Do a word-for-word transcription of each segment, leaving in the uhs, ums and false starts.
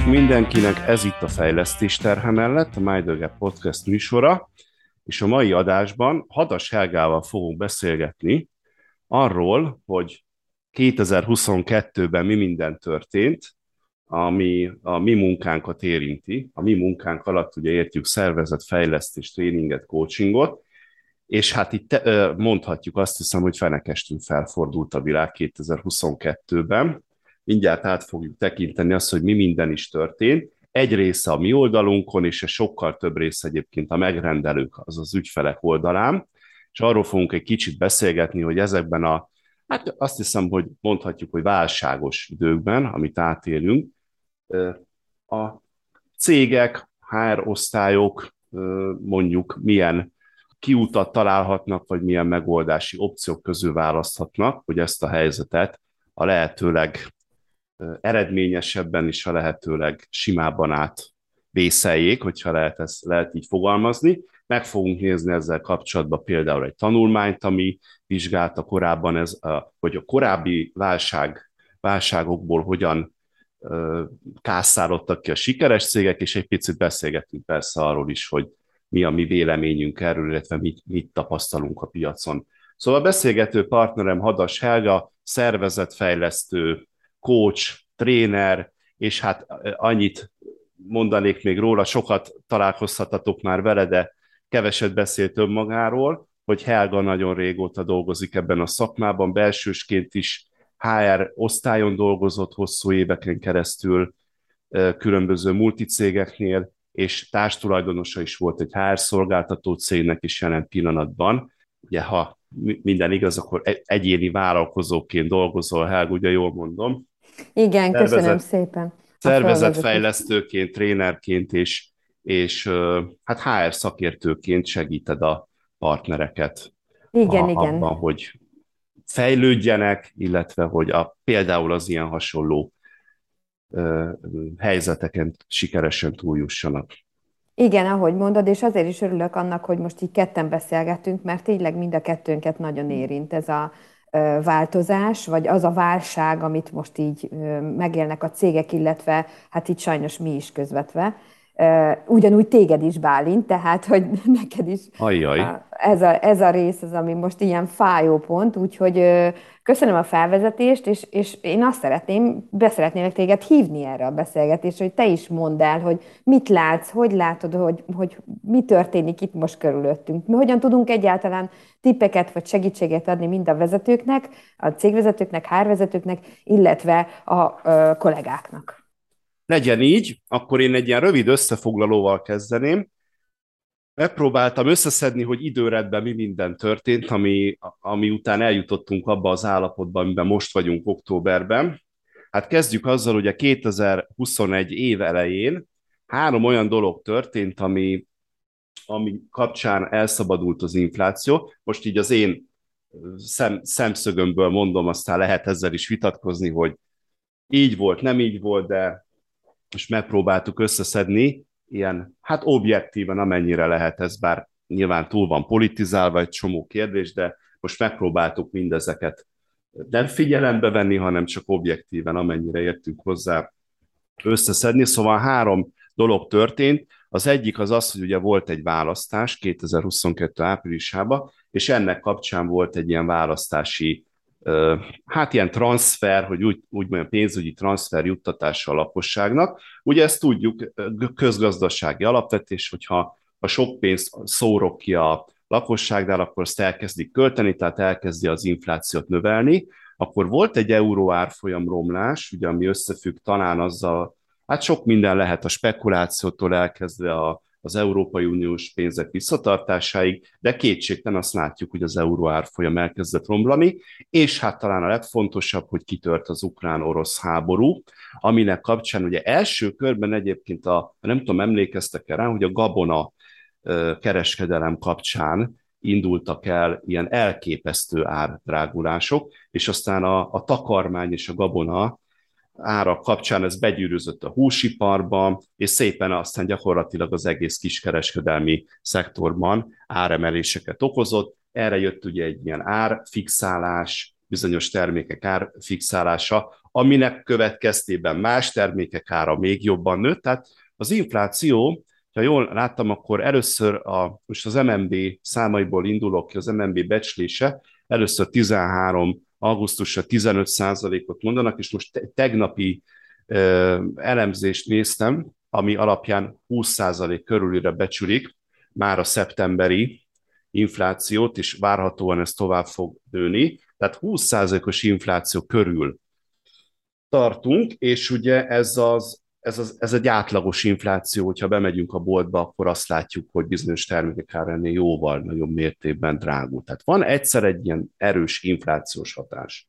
mindenkinek, ez itt a Fejlesztés terhe mellett, a MindOrgap Podcast műsora, és a mai adásban Hadas Helgával fogunk beszélgetni arról, hogy kétezer-huszonkettőben mi minden történt, ami a mi munkánkat érinti. A mi munkánk alatt ugye értjük szervezetfejlesztést, tréninget, coachingot, és hát itt mondhatjuk azt hiszem, hogy fenekestül felfordult a világ kétezer-huszonkettőben. Mindjárt át fogjuk tekinteni azt, hogy mi minden is történt. Egy része a mi oldalunkon, és egy sokkal több része egyébként a megrendelők, az az ügyfelek oldalán. És arról fogunk egy kicsit beszélgetni, hogy ezekben a, hát azt hiszem, hogy mondhatjuk, hogy válságos időkben, amit átélünk, a cégek, há er osztályok mondjuk milyen kiutat találhatnak, vagy milyen megoldási opciók közül választhatnak, hogy ezt a helyzetet a lehetőleg eredményesebben és a lehetőleg simábban átvészeljék, hogyha lehet, ezt, lehet így fogalmazni. Meg fogunk nézni ezzel kapcsolatban például egy tanulmányt, ami vizsgálta korábban, ez, hogy a korábbi válság, válságokból hogyan kászálódtak ki a sikeres cégek, és egy picit beszélgetünk persze arról is, hogy mi a mi véleményünk erről, illetve mit, mit tapasztalunk a piacon. Szóval a beszélgető partnerem Hadas Helga, szervezetfejlesztő, coach, tréner, és hát annyit mondanék még róla, sokat találkozhatatok már vele, de keveset beszélt önmagáról, hogy Helga nagyon régóta dolgozik ebben a szakmában, belsősként is há er osztályon dolgozott hosszú éveken keresztül, különböző multicégeknél, és társtulajdonosa is volt egy há er szolgáltató cégnek is jelen pillanatban. Ugye, ha minden igaz, akkor egyéni vállalkozóként dolgozol, Helga, ugye jól mondom? Igen, Szervezet, köszönöm szépen a felvezetést. Szervezetfejlesztőként, trénerként és, és hát há er szakértőként segíted a partnereket Igen, a, igen. abban, hogy fejlődjenek, illetve hogy a, például az ilyen hasonló ö, helyzeteken sikeresen túljussanak. Igen, ahogy mondod, és azért is örülök annak, hogy most így ketten beszélgetünk, mert tényleg mind a kettőnket nagyon érint ez a ö, változás, vagy az a válság, amit most így ö, megélnek a cégek, illetve hát itt sajnos mi is közvetve. Ö, Ugyanúgy téged is, Bálint, tehát hogy neked is Ajjaj. ez a, ez a rész az, ami most ilyen fájó pont, úgyhogy ö, köszönöm a felvezetést, és, és én azt szeretném, beszeretnélek téged hívni erre a beszélgetésre, hogy te is mondd el, hogy mit látsz, hogy látod, hogy, hogy mi történik itt most körülöttünk. Mi hogyan tudunk egyáltalán tippeket vagy segítséget adni mind a vezetőknek, a cégvezetőknek, há er vezetőknek, illetve a ö, kollégáknak. Legyen így, akkor én egy ilyen rövid összefoglalóval kezdeném. Megpróbáltam összeszedni, hogy időrendben mi minden történt, ami, ami után eljutottunk abba az állapotba, amiben most vagyunk októberben. Hát kezdjük azzal, hogy a kétezer-huszonegy év elején három olyan dolog történt, ami, ami kapcsán elszabadult az infláció. Most így az én szem, szemszögömből mondom, aztán lehet ezzel is vitatkozni, hogy így volt, nem így volt, de most megpróbáltuk összeszedni, ilyen, hát objektíven amennyire lehet ez, bár nyilván túl van politizálva egy csomó kérdés, de most megpróbáltuk mindezeket nem figyelembe venni, hanem csak objektíven, amennyire értünk hozzá összeszedni. Szóval három dolog történt. Az egyik az az, hogy ugye volt egy választás kétezer-huszonkettő áprilisában, és ennek kapcsán volt egy ilyen választási, hát ilyen transfer, hogy úgy, úgy mondjam, pénzügyi transfer juttatása a lakosságnak. Ugye ezt tudjuk, közgazdasági alapvetés, hogyha ha sok pénzt szórok ki a lakosságnál, akkor azt elkezdik költeni, tehát elkezdi az inflációt növelni. Akkor volt egy euró árfolyam romlás, ugye, ami összefügg talán azzal, hát sok minden lehet a spekulációtól elkezdve a, az Európai Uniós pénzek visszatartásáig, de kétségtelen azt látjuk, hogy az euró árfolyam elkezdett romlani, és hát talán a legfontosabb, hogy kitört az ukrán-orosz háború, aminek kapcsán ugye első körben egyébként a, nem tudom, emlékeztek-e rá, hogy a gabona kereskedelem kapcsán indultak el ilyen elképesztő árdrágulások, és aztán a, a takarmány és a gabona árak kapcsán ez begyűrűzött a húsiparban, és szépen aztán gyakorlatilag az egész kiskereskedelmi szektorban áremeléseket okozott. Erre jött ugye egy ilyen árfixálás, bizonyos termékek árfixálása, aminek következtében más termékek ára még jobban nőtt. Tehát az infláció, ha jól láttam, akkor először a, most az em en bé számaiból indulok ki, az em en bé becslése, először tizenhárom augusztusra tizenöt százalékot mondanak, és most tegnapi ö, elemzést néztem, ami alapján húsz százalék körülire becsülik már a szeptemberi inflációt, és várhatóan ez tovább fog nőni. Tehát húsz százalékos infláció körül tartunk, és ugye ez, az, ez, az, ez egy átlagos infláció, hogyha bemegyünk a boltba, akkor azt látjuk, hogy bizonyos termékek ára ennél jóval nagyobb mértékben drágul. Tehát van egyszer egy ilyen erős inflációs hatás.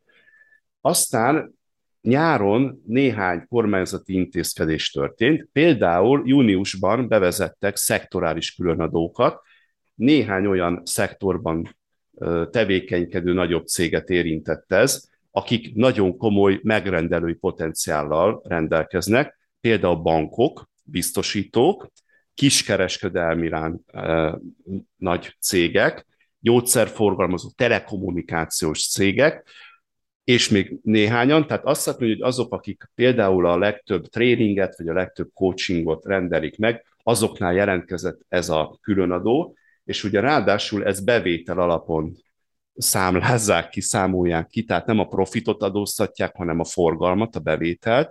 Aztán nyáron néhány kormányzati intézkedés történt, például júniusban bevezettek szektorális különadókat, néhány olyan szektorban tevékenykedő nagyobb céget érintett ez, akik nagyon komoly megrendelői potenciállal rendelkeznek, például bankok, biztosítók, kiskereskedelmi rán, e, nagy cégek, gyógyszerforgalmazó, telekommunikációs cégek, és még néhányan, tehát azt mondjuk, hogy azok, akik például a legtöbb tréninget, vagy a legtöbb coachingot rendelik meg, azoknál jelentkezett ez a különadó, és ugye ráadásul ez bevétel alapon számlázzák ki, számolják ki, tehát nem a profitot adóztatják, hanem a forgalmat, a bevételt,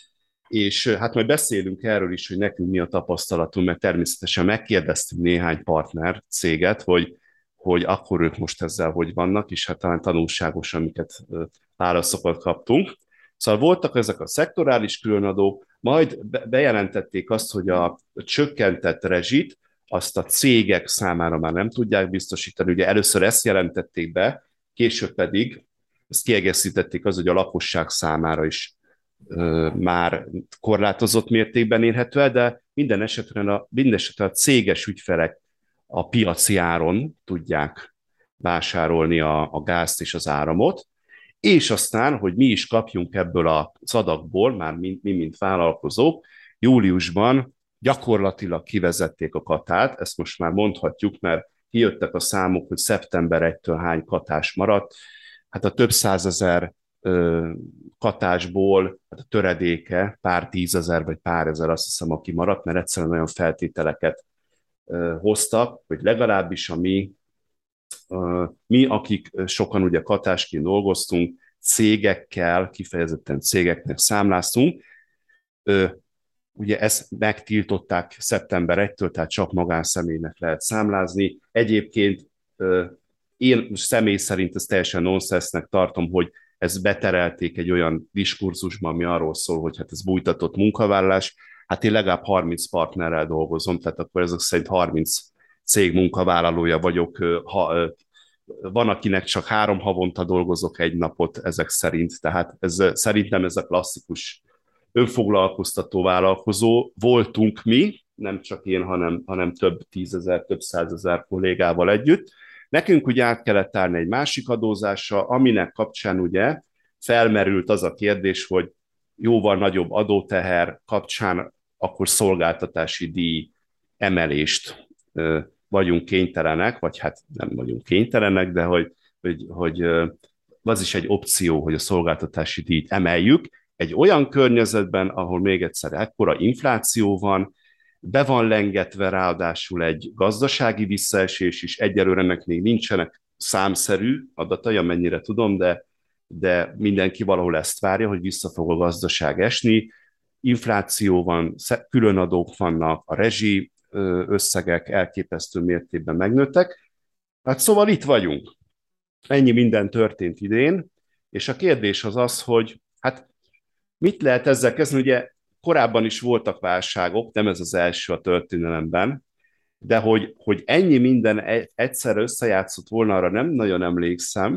és hát majd beszélünk erről is, hogy nekünk mi a tapasztalatunk, mert természetesen megkérdeztünk néhány partner céget, hogy, hogy akkor ők most ezzel hogy vannak, és hát talán tanulságos, amiket válaszokat kaptunk. Szóval voltak ezek a szektorális különadók, majd bejelentették azt, hogy a csökkentett rezsit azt a cégek számára már nem tudják biztosítani. Ugye először ezt jelentették be, később pedig ezt kiegészítették az, hogy a lakosság számára is ö, már korlátozott mértékben érhető el, de minden esetben a, minden esetben a céges ügyfelek a piaci áron tudják vásárolni a, a gázt és az áramot, és aztán, hogy mi is kapjunk ebből az adagból, már mi, mi mint vállalkozók, júliusban gyakorlatilag kivezették a katát, ezt most már mondhatjuk, mert kijöttek a számok, hogy szeptember elsejétől hány katás maradt. Hát a több százezer ö, katásból hát a töredéke, pár tízezer vagy pár ezer, azt hiszem, aki maradt, mert egyszerűen olyan feltételeket ö, hoztak, hogy legalábbis a mi, ö, mi, akik sokan ugye katásként dolgoztunk, cégekkel, kifejezetten cégeknek számláztunk, ö, ugye ezt megtiltották szeptember elsejétől, tehát csak magánszemélynek lehet számlázni. Egyébként én személy szerint ezt teljesen nonsensnek tartom, hogy ezt beterelték egy olyan diskurzusban, ami arról szól, hogy hát ez bújtatott munkavállalás. Hát én legalább harminc partnerrel dolgozom, tehát akkor ezek szerint harminc cég munkavállalója vagyok. Ha, van, akinek csak három havonta dolgozok egy napot ezek szerint, tehát ez, szerintem ez a klasszikus önfoglalkoztató vállalkozó voltunk mi, nem csak én, hanem, hanem több tízezer, több százezer kollégával együtt. Nekünk ugye át kellett állni egy másik adózásra, aminek kapcsán ugye felmerült az a kérdés, hogy jóval nagyobb adóteher kapcsán akkor szolgáltatási díj emelést ö, vagyunk kénytelenek, vagy hát nem vagyunk kénytelenek, de hogy, hogy, hogy ö, az is egy opció, hogy a szolgáltatási díjt emeljük, egy olyan környezetben, ahol még egyszer ekkora infláció van, be van lengetve ráadásul egy gazdasági visszaesés is, egyelőre ennek még nincsenek számszerű adatai, amennyire tudom, de, de mindenki valahol ezt várja, hogy vissza fog a gazdaság esni. Infláció van, különadók vannak, a rezsi összegek elképesztő mértékben megnőttek. Hát szóval itt vagyunk. Ennyi minden történt idén, és a kérdés az az, hogy hát mit lehet ezzel kezdeni? Ugye korábban is voltak válságok, nem ez az első a történelemben, de hogy, hogy ennyi minden egyszer összejátszott volna, arra nem nagyon emlékszem,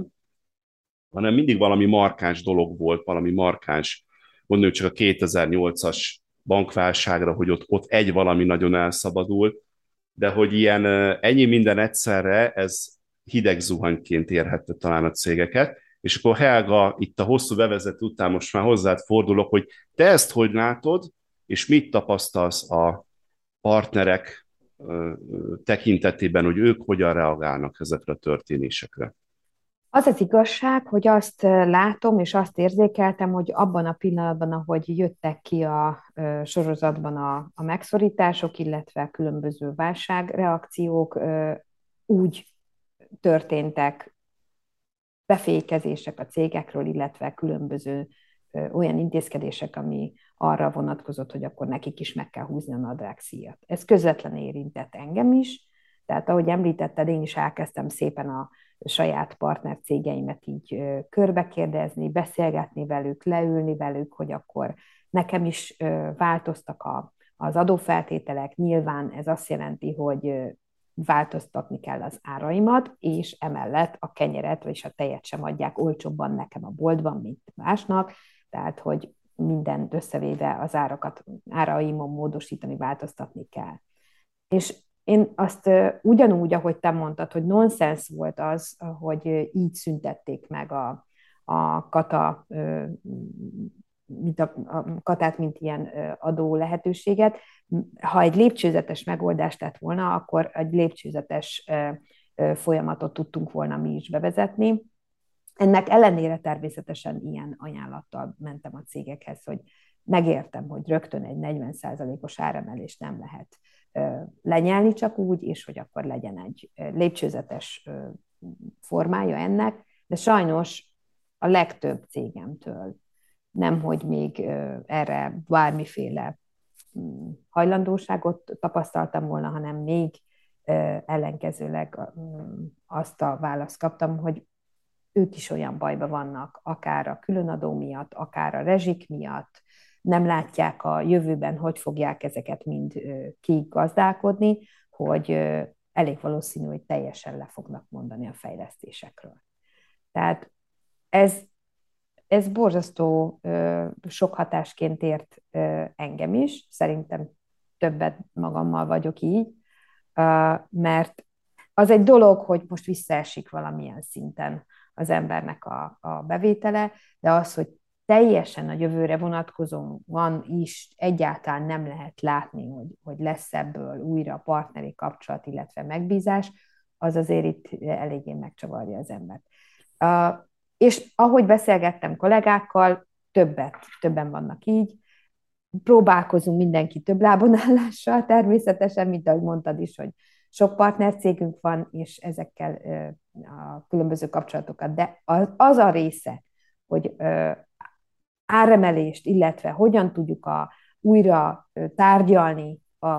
hanem mindig valami markáns dolog volt, valami markáns, mondjuk csak a kétezer-nyolcas bankválságra, hogy ott, ott egy valami nagyon elszabadult, de hogy ilyen ennyi minden egyszerre, ez hideg zuhanyként érhette talán a cégeket. És akkor Helga, itt a hosszú bevezető után most már hozzád fordulok, hogy te ezt hogy látod, és mit tapasztalsz a partnerek tekintetében, hogy ők hogyan reagálnak ezekre a történésekre? Az az igazság, hogy azt látom, és azt érzékeltem, hogy abban a pillanatban, ahogy jöttek ki a ö, sorozatban a, a megszorítások, illetve a különböző válságreakciók, ö, úgy történtek befékezések a cégekről, illetve különböző ö, olyan intézkedések, ami arra vonatkozott, hogy akkor nekik is meg kell húzni a nadrágszíjat. Ez közvetlen érintett engem is, tehát ahogy említetted, én is elkezdtem szépen a saját partner cégeimet így ö, körbekérdezni, beszélgetni velük, leülni velük, hogy akkor nekem is ö, változtak a, az adófeltételek. Nyilván ez azt jelenti, hogy ö, változtatni kell az áraimat, és emellett a kenyeret, vagyis a tejet sem adják olcsóbban nekem a boltban, mint másnak, tehát hogy mindent összevéve az árakat, áraimon módosítani, változtatni kell. És én azt ugyanúgy, ahogy te mondtad, hogy nonsens volt az, hogy így szüntették meg a, a kata, mint a, a katát, mint ilyen adó lehetőséget. Ha egy lépcsőzetes megoldást tett volna, akkor egy lépcsőzetes folyamatot tudtunk volna mi is bevezetni. Ennek ellenére természetesen ilyen ajánlattal mentem a cégekhez, hogy megértem, hogy rögtön egy negyven százalékos áremelést nem lehet lenyelni csak úgy, és hogy akkor legyen egy lépcsőzetes formája ennek, de sajnos a legtöbb cégemtől nem, hogy még erre bármiféle hajlandóságot tapasztaltam volna, hanem még ellenkezőleg azt a választ kaptam, hogy ők is olyan bajban vannak, akár a különadó miatt, akár a rezsik miatt, nem látják a jövőben, hogy fogják ezeket mind kigazdálkodni, hogy elég valószínű, hogy teljesen le fognak mondani a fejlesztésekről. Tehát ez, ez borzasztó sok hatásként ért engem is, szerintem többet magammal vagyok így, mert az egy dolog, hogy most visszaesik valamilyen szinten az embernek a, a bevétele, de az, hogy teljesen a jövőre vonatkozóan is egyáltalán nem lehet látni, hogy, hogy lesz ebből újra partneri kapcsolat, illetve megbízás, az azért itt eléggé megcsavarja az embert. Uh, és ahogy beszélgettem kollégákkal, többet, többen vannak így, próbálkozunk mindenki több lábon állással, természetesen, mint ahogy mondtad is, hogy sok partnercégünk van, és ezekkel a különböző kapcsolatokat, de az a része, hogy áremelést, illetve hogyan tudjuk a, újra tárgyalni a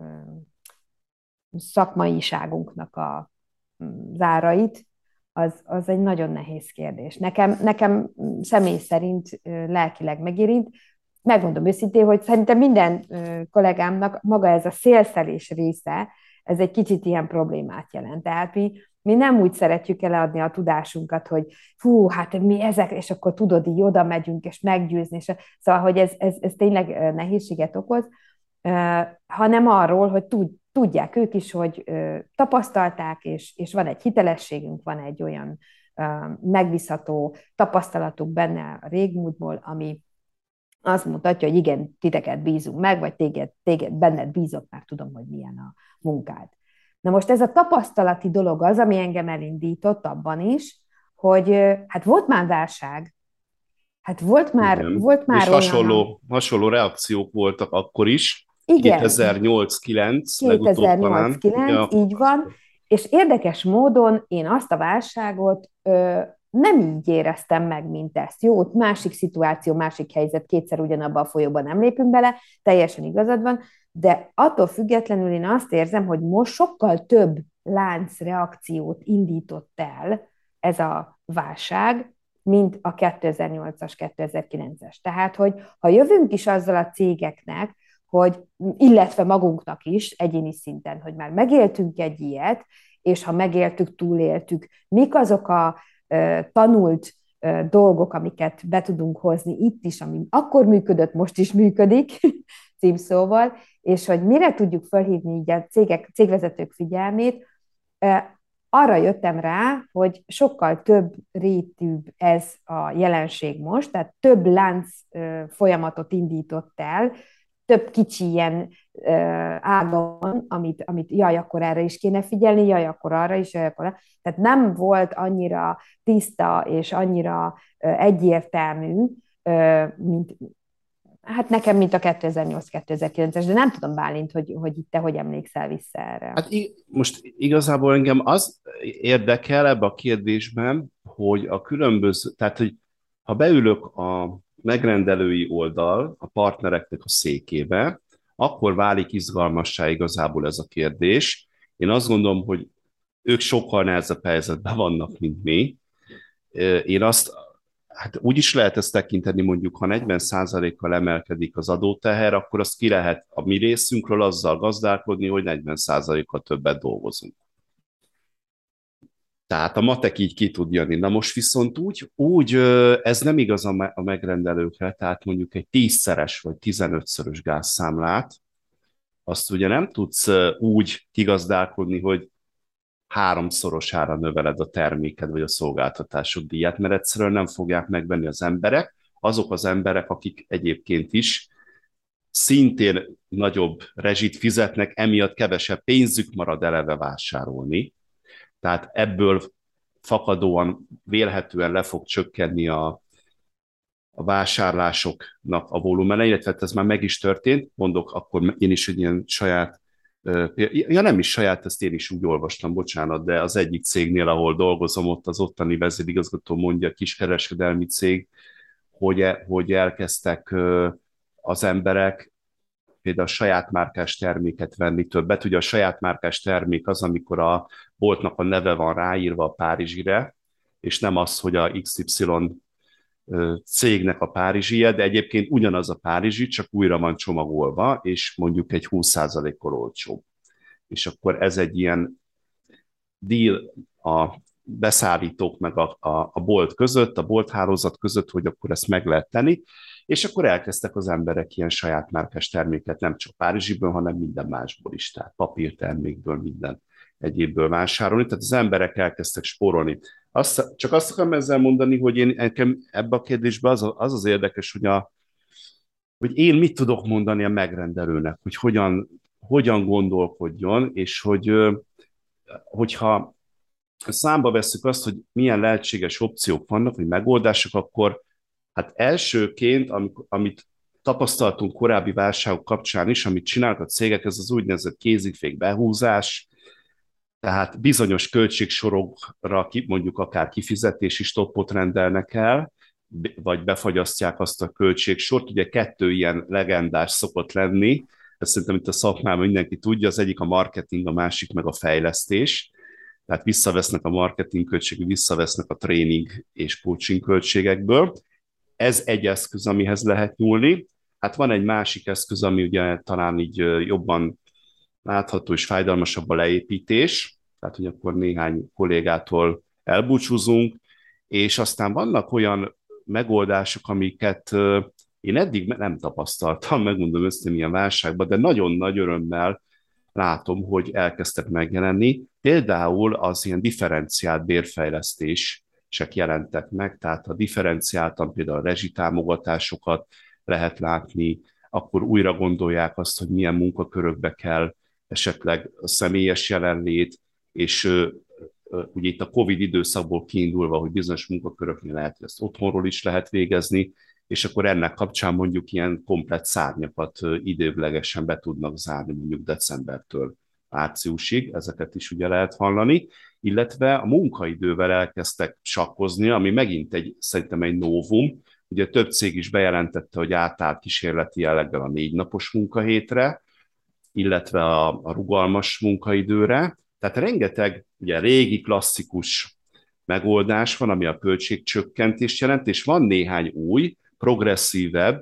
szakmaiságunknak a zárait, az, az egy nagyon nehéz kérdés. Nekem, nekem személy szerint lelkileg megérint. Megmondom őszintén, hogy szerintem minden kollégámnak maga ez a szélszelés része, ez egy kicsit ilyen problémát jelent. Tehát mi, mi nem úgy szeretjük eladni a tudásunkat, hogy hú, hát mi ezek, és akkor tudod, így oda megyünk, és meggyőzni, és szóval, hogy ez, ez, ez tényleg nehézséget okoz, hanem arról, hogy tud, tudják ők is, hogy tapasztalták, és, és van egy hitelességünk, van egy olyan megbízható tapasztalatuk benne a régmúltból, ami azt mutatja, hogy igen, titeket bízunk meg, vagy téged, téged benned bízok, már tudom, hogy milyen a munkád. Na most ez a tapasztalati dolog az, ami engem elindított abban is, hogy hát volt már válság, hát volt már, Igen. volt már És olyan... hasonló, hasonló reakciók voltak akkor is, Igen, kétezer-nyolc-kilenc legutóbb talán. kétezer-nyolc-kilenc, Ja. így van, és érdekes módon én azt a válságot ö, nem így éreztem meg, mint ezt. Jó, ott másik szituáció, másik helyzet, kétszer ugyanabban a folyóban nem lépünk bele, teljesen igazad van, de attól függetlenül én azt érzem, hogy most sokkal több láncreakciót indított el ez a válság, mint a kétezer-nyolcas, kétezer-kilences. Tehát, hogy ha jövünk is azzal a cégeknek, hogy, illetve magunknak is egyéni szinten, hogy már megéltünk egy ilyet, és ha megéltük, túléltük, mik azok a uh, tanult uh, dolgok, amiket be tudunk hozni itt is, ami akkor működött, most is működik, címszóval, és hogy mire tudjuk felhívni így a cégek, cégvezetők figyelmét, uh, arra jöttem rá, hogy sokkal több rétűbb ez a jelenség most, tehát több lánc uh, folyamatot indított el, több kicsi ilyen ö, ága van, amit, amit jaj, akkor erre is kéne figyelni, jaj, akkor arra is, jaj, akkor arra. Tehát nem volt annyira tiszta és annyira ö, egyértelmű, ö, mint, hát nekem, mint a kétezer-nyolc-kétezer-kilences, de nem tudom, Bálint, hogy, hogy itt te hogy emlékszel vissza erre. Hát i- most igazából engem az érdekel ebbe a kérdésben, hogy a különböző, tehát hogy ha beülök a megrendelői oldal, a partnereknek a székébe, akkor válik izgalmassá igazából ez a kérdés. Én azt gondolom, hogy ők sokkal nehezebb helyzetben vannak, mint mi. Én azt, hát úgy is lehet ezt tekinteni, mondjuk, ha negyven százalékkal emelkedik az adóteher, akkor azt ki lehet a mi részünkről azzal gazdálkodni, hogy negyven százalékkal többet dolgozunk. Tehát a matek így ki tud jönni. Na most viszont úgy, úgy ez nem igaz a, me- a megrendelőkre, tehát mondjuk egy tízszeres vagy tizenötszörös gázszámlát, azt ugye nem tudsz úgy kigazdálkodni, hogy háromszorosára növeled a terméked vagy a szolgáltatásod díját, mert egyszerűen nem fogják megvenni az emberek, azok az emberek, akik egyébként is szintén nagyobb rezsit fizetnek, emiatt kevesebb pénzük marad eleve vásárolni. Tehát ebből fakadóan vélhetően le fog csökkenni a, a vásárlásoknak a volumene, illetve ez már meg is történt, mondok akkor én is egy ilyen saját, ja nem is saját, ezt én is úgy olvastam, bocsánat, de az egyik cégnél, ahol dolgozom, ott az ottani vezérigazgató mondja, kiskereskedelmi cég, hogy, hogy elkezdtek az emberek például a saját márkás terméket venni többet. Ugye a saját márkás termék az, amikor a boltnak a neve van ráírva a Párizsire, és nem az, hogy a iksz ipszilon cégnek a párizsie, de egyébként ugyanaz a párizsi, csak újra van csomagolva, és mondjuk egy húsz százalékkal olcsóbb. És akkor ez egy ilyen deal a beszállítók meg a, a, a bolt között, a bolthálózat között, hogy akkor ezt meg lehet tenni, és akkor elkezdtek az emberek ilyen saját márkás terméket nem csak Párizsiből, hanem minden másból is, tehát papírtermékből, minden egyébből vásárolni, tehát az emberek elkezdtek spórolni. Azt, csak azt akarom ezzel mondani, hogy én nekem ebbe a kérdésbe az, az az érdekes, hogy, a, hogy én mit tudok mondani a megrendelőnek, hogy hogyan, hogyan gondolkodjon, és hogy hogyha számba vesszük azt, hogy milyen lehetséges opciók vannak, vagy megoldások, akkor hát elsőként, amikor, amit tapasztaltunk korábbi válságok kapcsán is, amit csinálnak a cégek, ez az úgynevezett kézifék behúzás, tehát bizonyos költségsorokra mondjuk akár kifizetési stoppot rendelnek el, vagy befagyasztják azt a költségsort. Ugye kettő ilyen legendás szokott lenni, ezt szerintem itt a szakmában mindenki tudja, az egyik a marketing, a másik meg a fejlesztés. Tehát visszavesznek a marketing költségek, visszavesznek a tréning és coaching költségekből. Ez egy eszköz, amihez lehet nyúlni. Hát van egy másik eszköz, ami ugye talán így jobban látható és fájdalmasabb, a leépítés, tehát hogy akkor néhány kollégától elbúcsúzunk, és aztán vannak olyan megoldások, amiket én eddig nem tapasztaltam, megmondom össze milyen válságban, de nagyon nagy örömmel látom, hogy elkezdtek megjelenni. Például az ilyen differenciált bérfejlesztések jelentek meg, tehát ha differenciáltan például a rezsitámogatásokat lehet látni, akkor újra gondolják azt, hogy milyen munkakörökbe kell esetleg a személyes jelenlét, és ugye itt a Covid időszakból kiindulva, hogy bizonyos munkaköröknél lehet, hogy ezt otthonról is lehet végezni, és akkor ennek kapcsán mondjuk ilyen komplett szárnyakat időlegesen be tudnak zárni mondjuk decembertől márciusig, ezeket is ugye lehet hallani, illetve a munkaidővel elkezdtek sakkozni, ami megint egy, szerintem egy novum. Ugye több cég is bejelentette, hogy átállt kísérleti jelleggel a négy napos munkahétre, illetve a, a rugalmas munkaidőre. Tehát rengeteg ugye régi klasszikus megoldás van, ami a költségcsökkentést jelent, és van néhány új, progresszívebb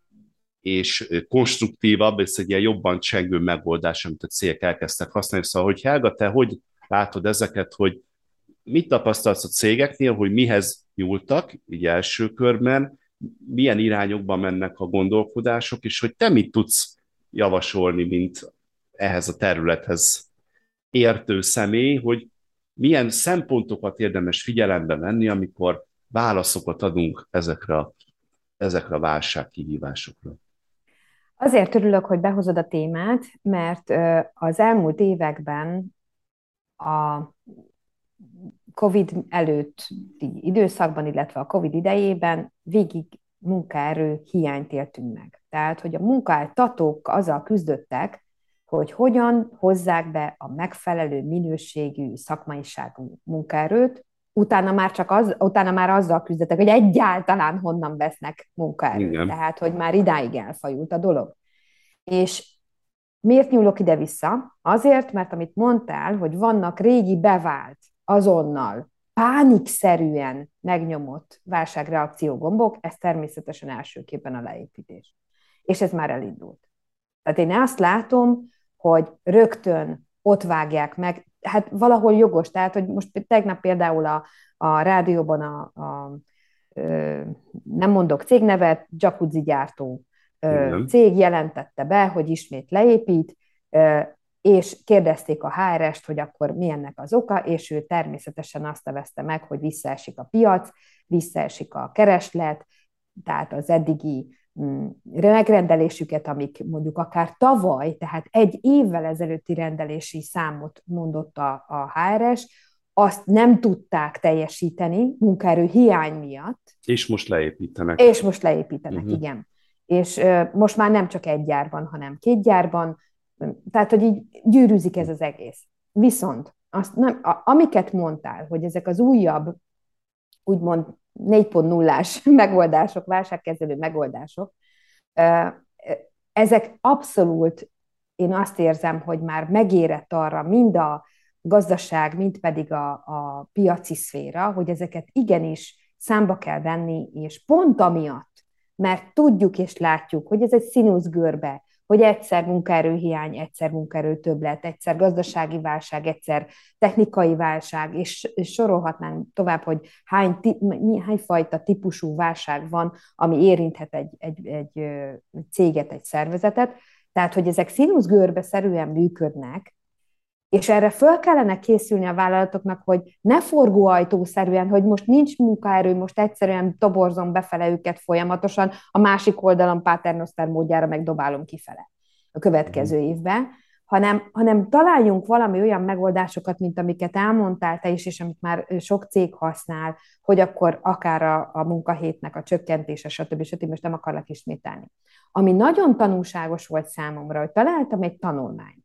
és konstruktívabb, és egy ilyen jobban csengő megoldás, amit a cégek elkezdtek használni. Szóval, hogy Helga, te hogy látod ezeket, hogy mit tapasztalsz a cégeknél, hogy mihez nyúltak, így első körben, milyen irányokba mennek a gondolkodások, és hogy te mit tudsz javasolni, mint ehhez a területhez értő személy, hogy milyen szempontokat érdemes figyelembe venni, amikor válaszokat adunk ezekre a, ezekre a válságkihívásokra. Azért örülök, hogy behozod a témát, mert ö, az elmúlt években a COVID előtti időszakban, illetve a COVID idejében végig munkaerő hiányt éltünk meg. Tehát, hogy a munkáltatók azzal küzdöttek, hogy hogyan hozzák be a megfelelő minőségű szakmaiságú munkaerőt, utána már csak az, utána már azzal küzdöttek, hogy egyáltalán honnan vesznek munkaerőt. Igen, Tehát, hogy már idáig elfajult a dolog. És miért nyúlok ide-vissza? Azért, mert amit mondtál, hogy vannak régi bevált, azonnal, pánikszerűen megnyomott válságreakció gombok, ez természetesen elsőképpen a leépítés. És ez már elindult. Tehát én azt látom, hogy rögtön ott vágják meg, hát valahol jogos, tehát hogy most tegnap például a, a rádióban a, a ö, nem mondok cégnevet, jacuzzi gyártó igen. cég jelentette be, hogy ismét leépít, és kérdezték a há er est, hogy akkor mi ennek az oka, és ő természetesen azt nevezte meg, hogy visszaesik a piac, visszaesik a kereslet, tehát az eddigi megrendelésüket, amik mondjuk akár tavaly, tehát egy évvel ezelőtti rendelési számot mondott a, a há er es, azt nem tudták teljesíteni munkaerő hiány miatt, És most leépítenek. és most leépítenek, Uh-huh. igen. És most már nem csak egy gyárban, hanem két gyárban, tehát, hogy így gyűrűzik ez az egész. Viszont azt nem, a, amiket mondtál, hogy ezek az újabb, úgymond négy pont nullás megoldások, válságkezelő megoldások, ezek abszolút, én azt érzem, hogy már megérett arra mind a gazdaság, mind pedig a, a piaci szféra, hogy ezeket igenis számba kell venni, és pont amiatt, mert tudjuk és látjuk, hogy ez egy színuszgörbe, hogy egyszer munkaerőhiány, egyszer munkaerő többlet, egyszer gazdasági válság, egyszer technikai válság, és, és sorolhatnánk tovább, hogy hány, hány fajta típusú válság van, ami érinthet egy, egy, egy céget, egy szervezetet. Tehát, hogy ezek színuszgörbe-szerűen működnek, és erre föl kellene készülni a vállalatoknak, hogy ne forgóajtószerűen, hogy most nincs munkaerő, most egyszerűen toborzom befele őket folyamatosan, a másik oldalon Paternoster módjára megdobálom kifele a következő évben, hanem, hanem találjunk valami olyan megoldásokat, mint amiket elmondtál te is, és amit már sok cég használ, hogy akkor akár a, a munkahétnek a csökkentése, stb. stb. Most nem akarlak ismételni. Ami nagyon tanulságos volt számomra, hogy találtam egy tanulmányt.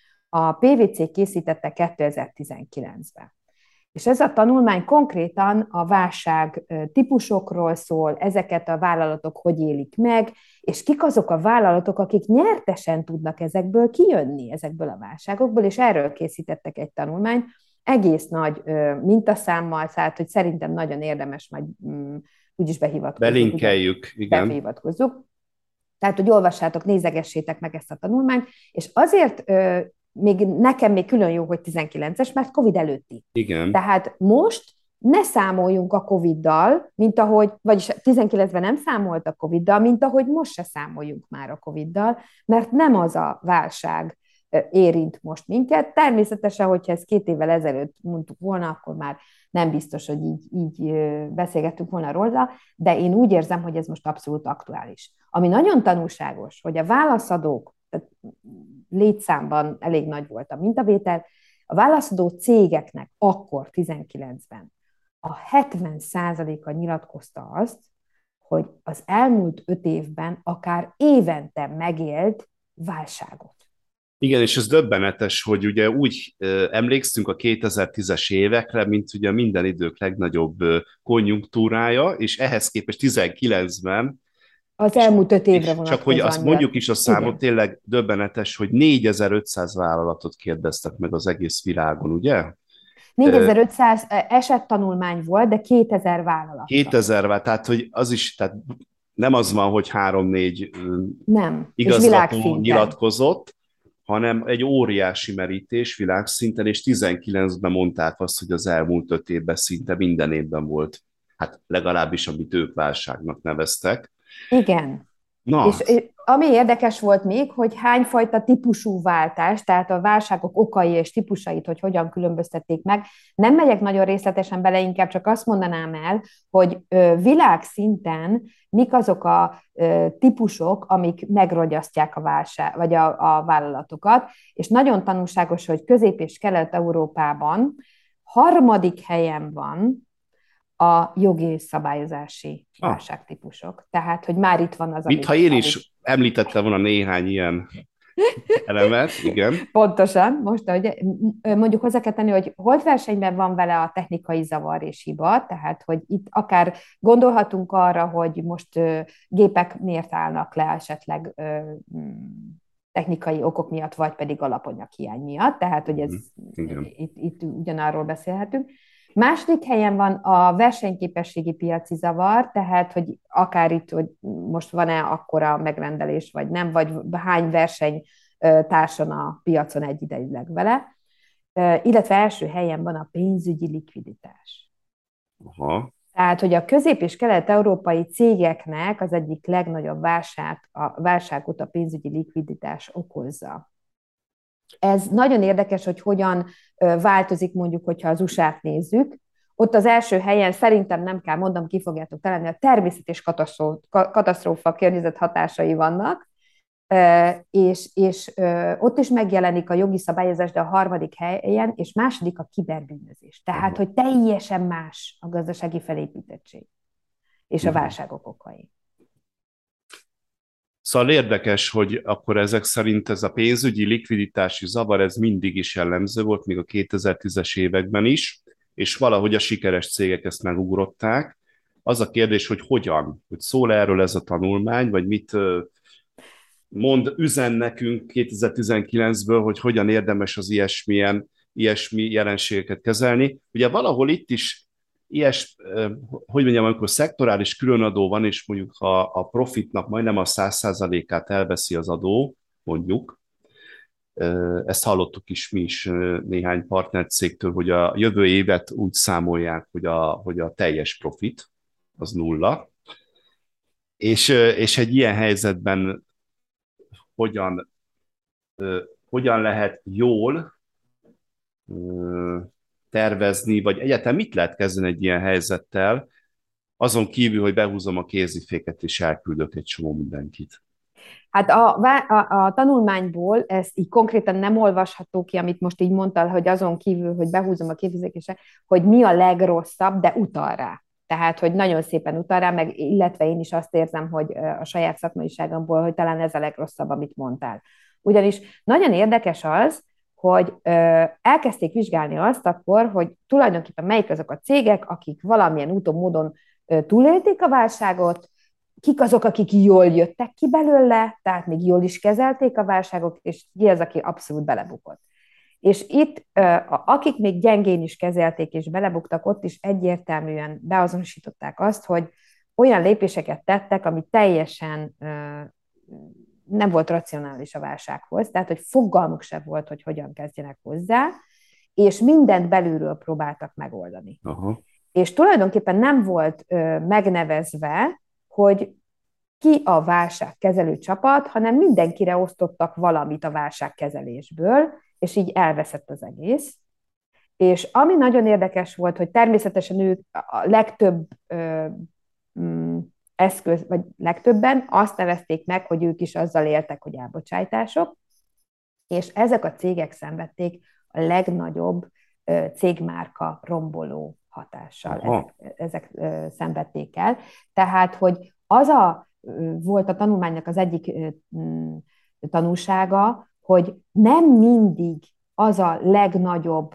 A pé vé cé készítette kétezer-tizenkilencben. És ez a tanulmány konkrétan a válság típusokról szól, ezeket a vállalatok hogy élik meg, és kik azok a vállalatok, akik nyertesen tudnak ezekből kijönni, ezekből a válságokból, és erről készítettek egy tanulmányt, egész nagy mintaszámmal, tehát hogy szerintem nagyon érdemes, majd úgyis behivatkozzuk. Belinkeljük, igen. Behivatkozzuk. Tehát, hogy olvassátok, nézegessétek meg ezt a tanulmányt, és azért még nekem még külön jó, hogy tizenkilences, mert Covid előtti. Igen. Tehát most ne számoljunk a Coviddal, mint ahogy, vagyis tizenkilencben nem számolt a Coviddal, mint ahogy most se számoljunk már a Coviddal, mert nem az a válság érint most minket. Természetesen, hogyha ezt két évvel ezelőtt mondtuk volna, akkor már nem biztos, hogy így, így beszélgettünk volna róla, de én úgy érzem, hogy ez most abszolút aktuális. Ami nagyon tanulságos, hogy a válaszadók, tehát létszámban elég nagy volt a mintavétel, a válaszadó cégeknek akkor tizenkilencben a hetven százaléka nyilatkozta azt, hogy az elmúlt öt évben akár évente megélt válságot. Igen, és ez döbbenetes, hogy ugye úgy ö, emlékszünk a kétezer-tízes évekre, mint ugye minden idők legnagyobb ö, konjunktúrája, és ehhez képest tizenkilencben az és, elmúlt öt évre és csak hogy azt mondjuk is a számot, igen. Tényleg döbbenetes, hogy négyezer-ötszáz vállalatot kérdeztek meg az egész világon, ugye? négyezer-ötszáz esettanulmány volt, de kétezer vállalat. kétezer vállalat, tehát hogy az is, tehát nem az van, hogy három-négy nem. igazgató nyilatkozott, hanem egy óriási merítés világszinten, és tizenkilencben mondták azt, hogy az elmúlt öt évben szinte minden évben volt, hát legalábbis amit ők válságnak neveztek. Igen. Na, És, és ami érdekes volt még, hogy hányfajta típusú váltás, tehát a válságok okai és típusait, hogy hogyan különböztették meg. Nem megyek nagyon részletesen bele, inkább csak azt mondanám el, hogy ö, világszinten mik azok a ö, típusok, amik megrogyasztják a válság, vagy a, a vállalatokat, és nagyon tanulságos, hogy Közép- és Kelet-Európában harmadik helyen van a jogi és szabályozási ah, válságtípusok. Tehát, hogy már itt van az, mintha amit én el is is említettem volna néhány ilyen elemet, igen. pontosan, most, hogy mondjuk hozzá kell tenni, hogy holdversenyben van vele a technikai zavar és hiba, tehát, hogy itt akár gondolhatunk arra, hogy most gépek miért állnak le esetleg technikai okok miatt, vagy pedig alapanyaghiány miatt, tehát, hogy ez Mhm, igen. itt, itt ugyanarról beszélhetünk. Második helyen van a versenyképességi piaci zavar, tehát, hogy akár itt, hogy most van-e akkora megrendelés, vagy nem, vagy hány verseny társan a piacon egyidejűleg vele, illetve első helyen van a pénzügyi likviditás. Aha. Tehát, hogy a közép- és kelet-európai cégeknek az egyik legnagyobb válság, a válságot a pénzügyi likviditás okozza. Ez nagyon érdekes, hogy hogyan változik mondjuk, hogyha az u es á-t nézzük. Ott az első helyen szerintem nem kell mondom, ki fogjátok találni, a természet és katasztrófa, katasztrófa környezet hatásai vannak, és, és ott is megjelenik a jogi szabályozás, de a harmadik helyen, és második a kiberbűnözés. Tehát, Aha. hogy teljesen más a gazdasági felépítettség és a Mhm. válságok okai. Szóval érdekes, hogy akkor ezek szerint ez a pénzügyi likviditási zavar, ez mindig is jellemző volt, még a kétezer-tízes években is, és valahogy a sikeres cégek ezt megugrották. Az a kérdés, hogy hogyan, hogy szól erről ez a tanulmány, vagy mit mond, üzen nekünk kétezer-tizenkilencből, hogy hogyan érdemes az ilyesmilyen, ilyesmi jelenségeket kezelni. Ugye valahol itt is ilyes, hogy mondjam, amikor szektorális különadó van, és mondjuk ha a profitnak majdnem a száz százalékát elveszi az adó, mondjuk, ezt hallottuk is mi is néhány partnercégtől, hogy a jövő évet úgy számolják, hogy a, hogy a teljes profit az nulla, és, és egy ilyen helyzetben hogyan hogyan lehet jól tervezni, vagy egyáltalán mit lehet kezdeni egy ilyen helyzettel, azon kívül, hogy behúzom a kéziféket és elküldök egy csomó mindenkit. Hát a, a, a tanulmányból ez így konkrétan nem olvasható ki, amit most így mondtál, hogy azon kívül, hogy behúzom a képzésekre, hogy mi a legrosszabb, de utal rá. Tehát, hogy nagyon szépen utal rá, meg illetve én is azt érzem, hogy a saját szakmaiságomból, hogy talán ez a legrosszabb, amit mondtál. Ugyanis nagyon érdekes az, hogy ö, elkezdték vizsgálni azt akkor, hogy tulajdonképpen melyik azok a cégek, akik valamilyen úton, módon ö, túlélték a válságot, kik azok, akik jól jöttek ki belőle, tehát még jól is kezelték a válságok, és ki az, aki abszolút belebukott. És itt, akik még gyengén is kezelték és belebuktak, ott is egyértelműen beazonosították azt, hogy olyan lépéseket tettek, ami teljesen nem volt racionális a válsághoz, tehát hogy fogalmuk sem volt, hogy hogyan kezdjenek hozzá, és mindent belülről próbáltak megoldani. Aha. És tulajdonképpen nem volt megnevezve, hogy ki a válságkezelő csapat, hanem mindenkire osztottak valamit a válságkezelésből, és így elveszett az egész. És ami nagyon érdekes volt, hogy természetesen ők a legtöbb ö, mm, eszköz, vagy legtöbben azt nevezték meg, hogy ők is azzal éltek, hogy elbocsátások, és ezek a cégek szenvedték a legnagyobb ö, cégmárka romboló hatással. Aha. Ezek, ezek ö, szenvedték el. Tehát, hogy az a volt a tanulmánynak az egyik tanulsága, hogy nem mindig az a legnagyobb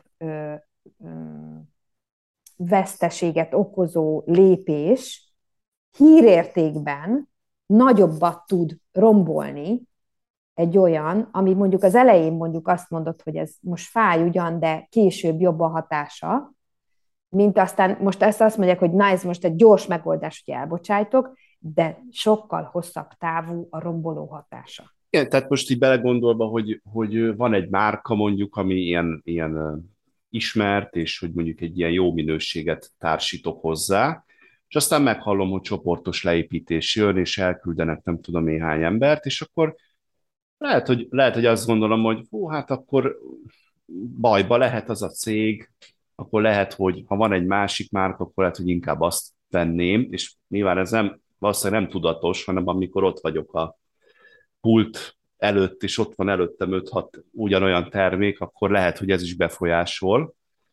veszteséget okozó lépés hírértékben nagyobbat tud rombolni egy olyan, ami mondjuk az elején mondjuk azt mondott, hogy ez most fáj ugyan, de később jobb a hatása, mint aztán most ezt azt mondják, hogy na, ez most egy gyors megoldás, hogy elbocsájtok, de sokkal hosszabb távú a romboló hatása. Igen, tehát most így belegondolva, hogy, hogy van egy márka mondjuk, ami ilyen, ilyen ismert, és hogy mondjuk egy ilyen jó minőséget társítok hozzá, és aztán meghallom, hogy csoportos leépítés jön, és elküldenek nem tudom én hány embert, és akkor lehet, hogy, lehet, hogy azt gondolom, hogy hú, hát akkor bajba lehet az a cég, akkor lehet, hogy ha van egy másik márka, akkor lehet, hogy inkább azt venném, és nyilván ez nem, valószínűleg nem tudatos, hanem amikor ott vagyok a pult előtt, és ott van előttem öt-hat ugyanolyan termék, akkor lehet, hogy ez is befolyásol.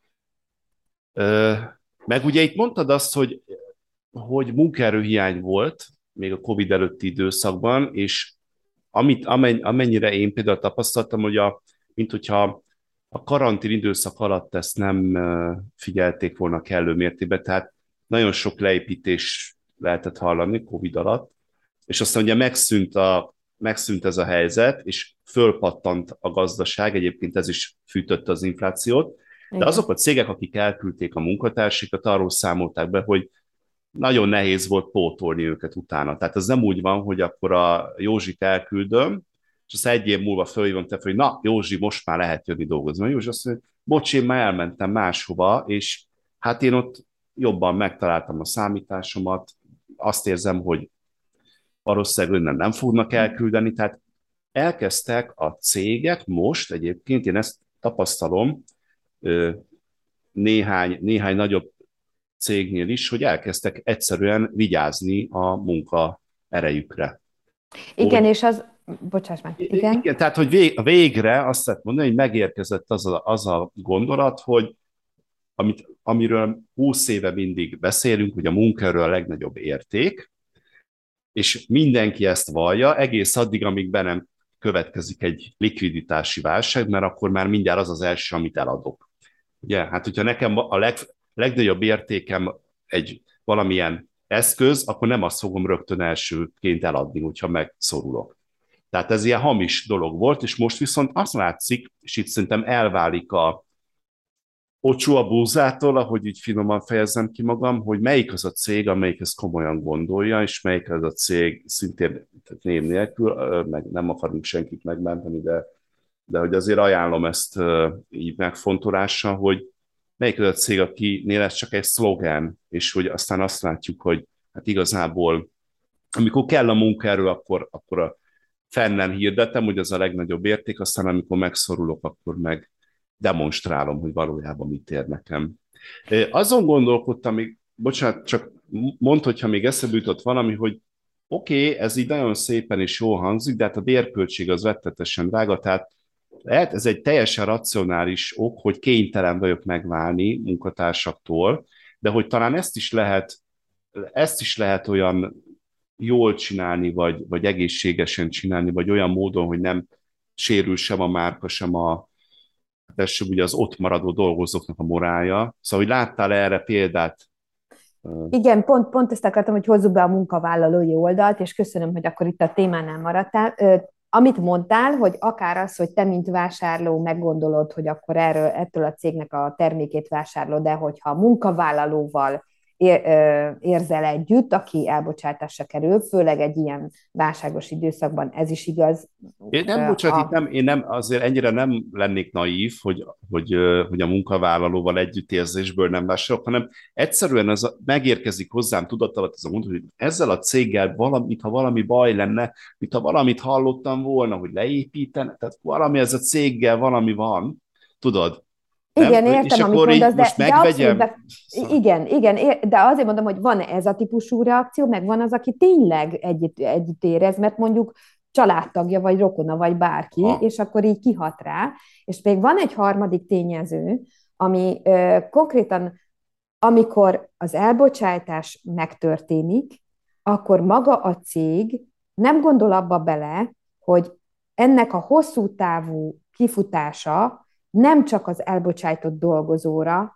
Ö, Meg ugye itt mondtad azt, hogy, hogy munkaerőhiány volt még a Covid előtti időszakban, és amit, amen, amennyire én például tapasztaltam, hogy a, mint hogyha a karantén időszak alatt ezt nem ö, figyelték volna kellő mértékben, tehát nagyon sok leépítés lehetett hallani Covid alatt, és aztán ugye megszűnt, a, megszűnt ez a helyzet, és fölpattant a gazdaság, egyébként ez is fűtötte az inflációt, de Igen. azok a cégek, akik elküldték a munkatársikat, arról számolták be, hogy nagyon nehéz volt pótolni őket utána. Tehát ez nem úgy van, hogy akkor a Józsit elküldöm, és aztán egy év múlva fölhívom te, hogy na, Józsi, most már lehet jönni dolgozni. Józsi azt mondja, bocs, én már elmentem máshova, és hát én ott jobban megtaláltam a számításomat, azt érzem, hogy valószínűleg önnen nem fognak elküldeni, tehát elkezdtek a cégek most egyébként, én ezt tapasztalom, néhány, néhány nagyobb cégnél is, hogy elkezdtek egyszerűen vigyázni a munka erejükre. Igen, Hogy, és az, bocsáss meg, igen. igen, tehát, hogy vég, végre azt lehet mondani, hogy megérkezett az a, az a gondolat, hogy amit, amiről húsz éve mindig beszélünk, hogy a munkaerő a legnagyobb érték, és mindenki ezt vallja, egész addig, amíg be nem következik egy likviditási válság, mert akkor már mindjárt az az első, amit eladok. Ugye, hát hogyha nekem a leg, legnagyobb értékem egy valamilyen eszköz, akkor nem azt fogom rögtön elsőként eladni, hogyha megszorulok. Tehát ez ilyen hamis dolog volt, és most viszont azt látszik, és itt szerintem elválik a ocsú a búzától, ahogy így finoman fejezem ki magam, hogy melyik az a cég, amelyik ezt komolyan gondolja, és melyik az a cég szintén név nélkül, meg nem akarunk senkit megmenteni, de, de hogy azért ajánlom ezt így megfontolásra, hogy melyik az a cég, akinél ez csak egy szlogen, és hogy aztán azt látjuk, hogy hát igazából amikor kell a munkaerő, akkor, akkor a fennen hirdetem, hogy az a legnagyobb érték, aztán amikor megszorulok, akkor meg demonstrálom, hogy valójában mit ér nekem. Azon gondolkodtam, még, bocsánat, csak mondd, hogyha még eszembe jutott valami, hogy oké, okay, ez így nagyon szépen és jól hangzik, de hát a bérköltség az rettetesen drága, tehát lehet, ez egy teljesen racionális ok, hogy kénytelen vagyok megválni munkatársaktól, de hogy talán ezt is lehet, ezt is lehet olyan jól csinálni, vagy, vagy egészségesen csinálni, vagy olyan módon, hogy nem sérül sem a márka, sem a sem ugye az ott maradó dolgozóknak a morálja. Szóval, hogy láttál erre példát? Igen, pont, pont ezt akartam, hogy hozzuk be a munkavállalói oldalt, és köszönöm, hogy akkor itt a témánál maradtál. Ö, amit mondtál, hogy akár az, hogy te, mint vásárló meggondolod, hogy akkor erről, ettől a cégnek a termékét vásárlod, de hogyha a munkavállalóval ér, ö, érzel együtt, aki elbocsátásra kerül, főleg egy ilyen válságos időszakban ez is igaz. Én Ö, nem, bocsánat, itt a, nem, én nem, azért ennyire nem lennék naív, hogy, hogy, hogy a munkavállalóval együttérzésből nem vásárolok, hanem egyszerűen az a, megérkezik hozzám tudattalat ez a mondat, hogy ezzel a céggel valamit, ha valami baj lenne, mintha valamit hallottam volna, hogy leépíten, tehát valami ez a céggel valami van, tudod? Nem? Igen, És értem, amit akkor így mondasz, de, most de abszolút, megvegyem. be, Szóval, igen, igen, ér- de azért mondom, hogy van ez a típusú reakció, meg van az, aki tényleg együtt, együtt érez, mert mondjuk családtagja, vagy rokona, vagy bárki, ha, és akkor így kihat rá. És még van egy harmadik tényező, ami ö, konkrétan, amikor az elbocsátás megtörténik, akkor maga a cég nem gondol abba bele, hogy ennek a hosszú távú kifutása nem csak az elbocsájtott dolgozóra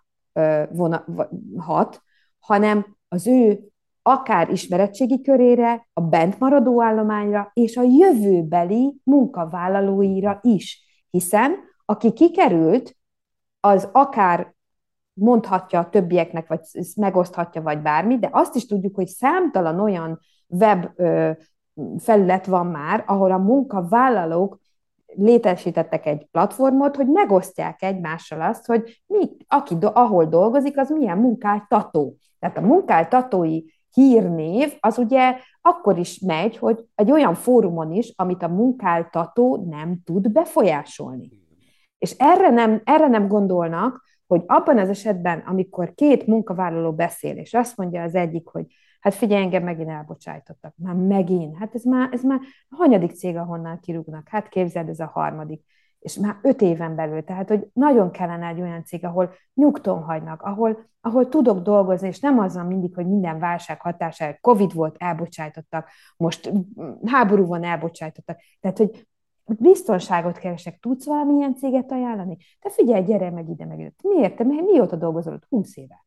hat, hanem az ő akár ismeretségi körére, a bentmaradó állományra és a jövőbeli munkavállalóira is. Hiszen aki kikerült, az akár mondhatja a többieknek, vagy megoszthatja, vagy bármi, de azt is tudjuk, hogy számtalan olyan web felület van már, ahol a munkavállalók létesítettek egy platformot, hogy megosztják egymással azt, hogy mi, aki, ahol dolgozik, az milyen munkáltató. Tehát a munkáltatói hírnév az ugye akkor is megy, hogy egy olyan fórumon is, amit a munkáltató nem tud befolyásolni. És erre nem, erre nem gondolnak, hogy abban az esetben, amikor két munkavállaló beszél, és azt mondja az egyik, hogy hát figyelj, engem megint elbocsájtottak. Már megint. Hát ez már, ez már a hanyadik cég, ahonnan kirúgnak. Hát képzeld, ez a harmadik. És már öt éven belül. Tehát, hogy nagyon kellene egy olyan cég, ahol nyugton hagynak, ahol, ahol tudok dolgozni, és nem az van mindig, hogy minden válság hatására, Covid volt, elbocsájtottak, most háború van, elbocsájtottak. Tehát, hogy biztonságot keresek, tudsz valamilyen céget ajánlani? Te figyelj, gyere meg ide, meg ide. Miért? Te mióta dolgozol ott? húsz éve.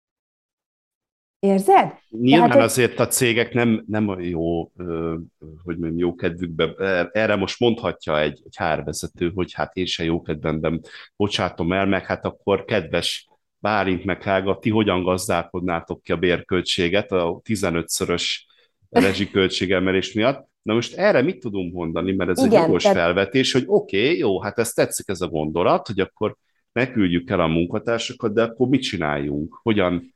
Érzed? Nyilván Tehát, azért a cégek nem, nem a jó, ö, hogy mondjam, jó kedvükben. Erre most mondhatja egy, egy há er vezető, hogy hát én se jó kedvemben bocsátom el, meg hát akkor kedves Bálint meg Hága, ti hogyan gazdálkodnátok ki a bérköltséget a tizenötszörös rezsiköltségemelés miatt? Na most erre mit tudunk mondani, mert ez egy igen, jogos tehát felvetés, hogy oké, okay, jó, hát ezt tetszik ez a gondolat, hogy akkor megküldjük el a munkatársakat, de akkor mit csináljunk? Hogyan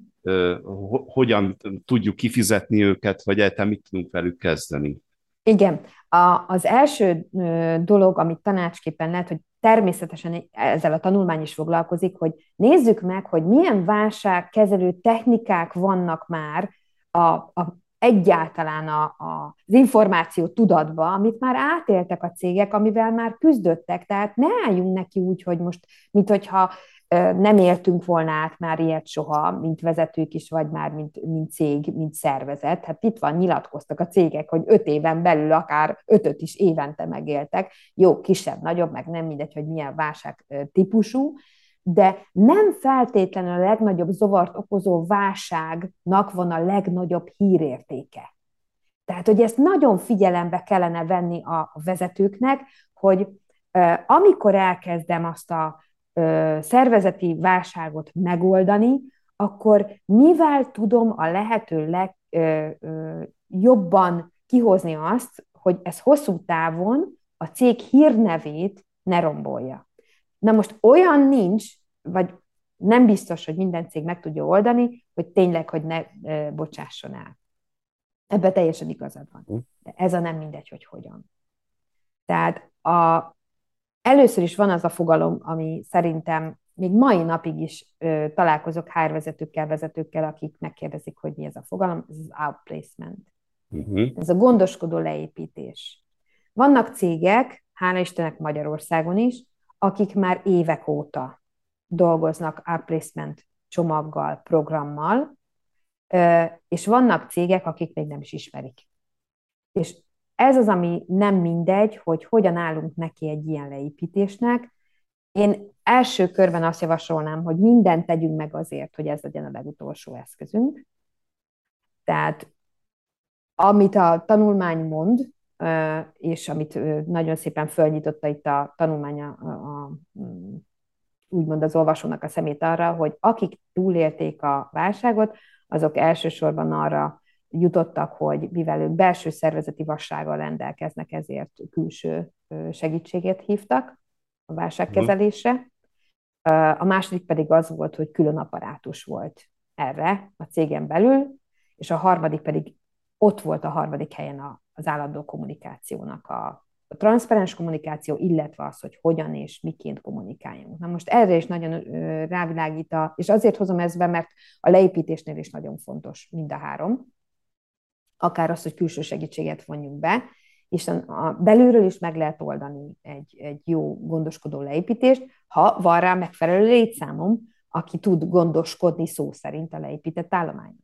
hogyan tudjuk kifizetni őket, vagy egyáltalán mit tudunk velük kezdeni. igen. A, az első dolog, amit tanácsképpen lehet, hogy természetesen ezzel a tanulmány is foglalkozik, hogy nézzük meg, hogy milyen válságkezelő technikák vannak már a, a, egyáltalán a, a, az információ tudatba, amit már átéltek a cégek, amivel már küzdöttek. Tehát ne álljunk neki úgy, hogy most, mint hogyha nem éltünk volna át már ilyet soha, mint vezetők is, vagy már mint, mint cég, mint szervezet. Hát itt van, nyilatkoztak a cégek, hogy öt éven belül akár ötöt is évente megéltek. Jó, kisebb, nagyobb, meg nem mindegy, hogy milyen válság típusú, de nem feltétlenül a legnagyobb zavart okozó válságnak van a legnagyobb hírértéke. Tehát, hogy ezt nagyon figyelembe kellene venni a vezetőknek, hogy amikor elkezdem azt a szervezeti válságot megoldani, akkor mivel tudom a lehető legjobban kihozni azt, hogy ez hosszú távon a cég hírnevét ne rombolja. Na most olyan nincs, vagy nem biztos, hogy minden cég meg tudja oldani, hogy tényleg, hogy ne bocsásson el. Ebben teljesen igazad van. De ez a nem mindegy, hogy hogyan. Tehát a először is van az a fogalom, ami szerintem még mai napig is ö, találkozok há er vezetőkkel, vezetőkkel, akik megkérdezik, hogy mi ez a fogalom, ez az outplacement. Uh-huh. Ez a gondoskodó leépítés. Vannak cégek, hála Istennek Magyarországon is, akik már évek óta dolgoznak outplacement csomaggal, programmal, ö, és vannak cégek, akik még nem is ismerik. És ez az, ami nem mindegy, hogy hogyan állunk neki egy ilyen leépítésnek. Én első körben azt javasolnám, hogy mindent tegyünk meg azért, hogy ez legyen a legutolsó eszközünk. Tehát amit a tanulmány mond, és amit nagyon szépen fölnyitotta itt a tanulmány, a, a, úgymond az olvasónak a szemét arra, hogy akik túlélték a válságot, azok elsősorban arra jutottak, hogy mivel ők belső szervezeti vassággal rendelkeznek, ezért külső segítséget hívtak a válságkezelésre. A második pedig az volt, hogy külön apparátus volt erre a cégen belül, és a harmadik pedig ott volt a harmadik helyen az állandó kommunikációnak a, a transzparens kommunikáció, illetve az, hogy hogyan és miként kommunikáljunk. Na most erre is nagyon rávilágít, a, és azért hozom ezt be, mert a leépítésnél is nagyon fontos mind a három, akár az, hogy külső segítséget vonjunk be, és a belülről is meg lehet oldani egy, egy jó gondoskodó leépítést, ha van rá megfelelő létszámom, aki tud gondoskodni szó szerint a leépített állományon.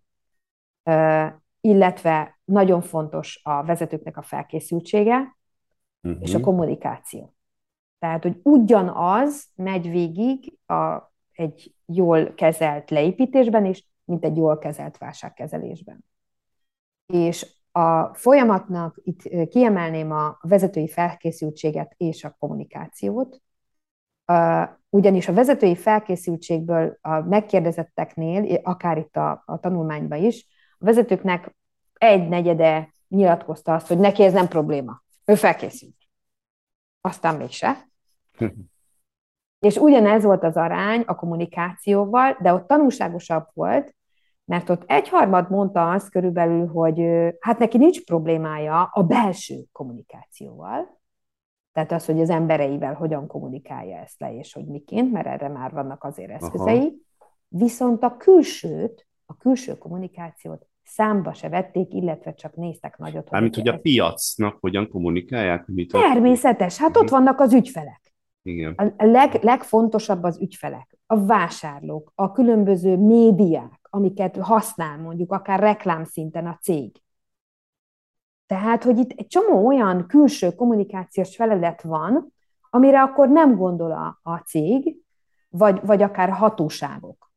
Uh, illetve nagyon fontos a vezetőknek a felkészültsége, uh-huh. és a kommunikáció. Tehát, hogy ugyanaz megy végig a, egy jól kezelt leépítésben is, mint egy jól kezelt válságkezelésben. És a folyamatnak itt kiemelném a vezetői felkészültséget és a kommunikációt, ugyanis a vezetői felkészültségből a megkérdezetteknél, akár itt a, a tanulmányban is, a vezetőknek egy negyede nyilatkozta azt, hogy neki ez nem probléma. Ő felkészült. aztán mégse. És ugyanez volt az arány a kommunikációval, de ott tanulságosabb volt, mert ott egyharmad mondta azt körülbelül, hogy hát neki nincs problémája a belső kommunikációval, tehát az, hogy az embereivel hogyan kommunikálja ezt le, és hogy miként, mert erre már vannak azért Aha. eszközei, viszont a külsőt, a külső kommunikációt számba se vették, illetve csak néztek nagyot, hogy Mármint, hogy a ez piacnak hogyan kommunikálják, hogy mi történik. természetes, hát ott Uh-huh. vannak az ügyfelek. Igen. A leg, legfontosabb az ügyfelek, a vásárlók, a különböző médiák, amiket használ mondjuk akár reklámszinten a cég. Tehát, hogy itt egy csomó olyan külső kommunikációs feladat van, amire akkor nem gondol a, a cég, vagy, vagy akár hatóságok.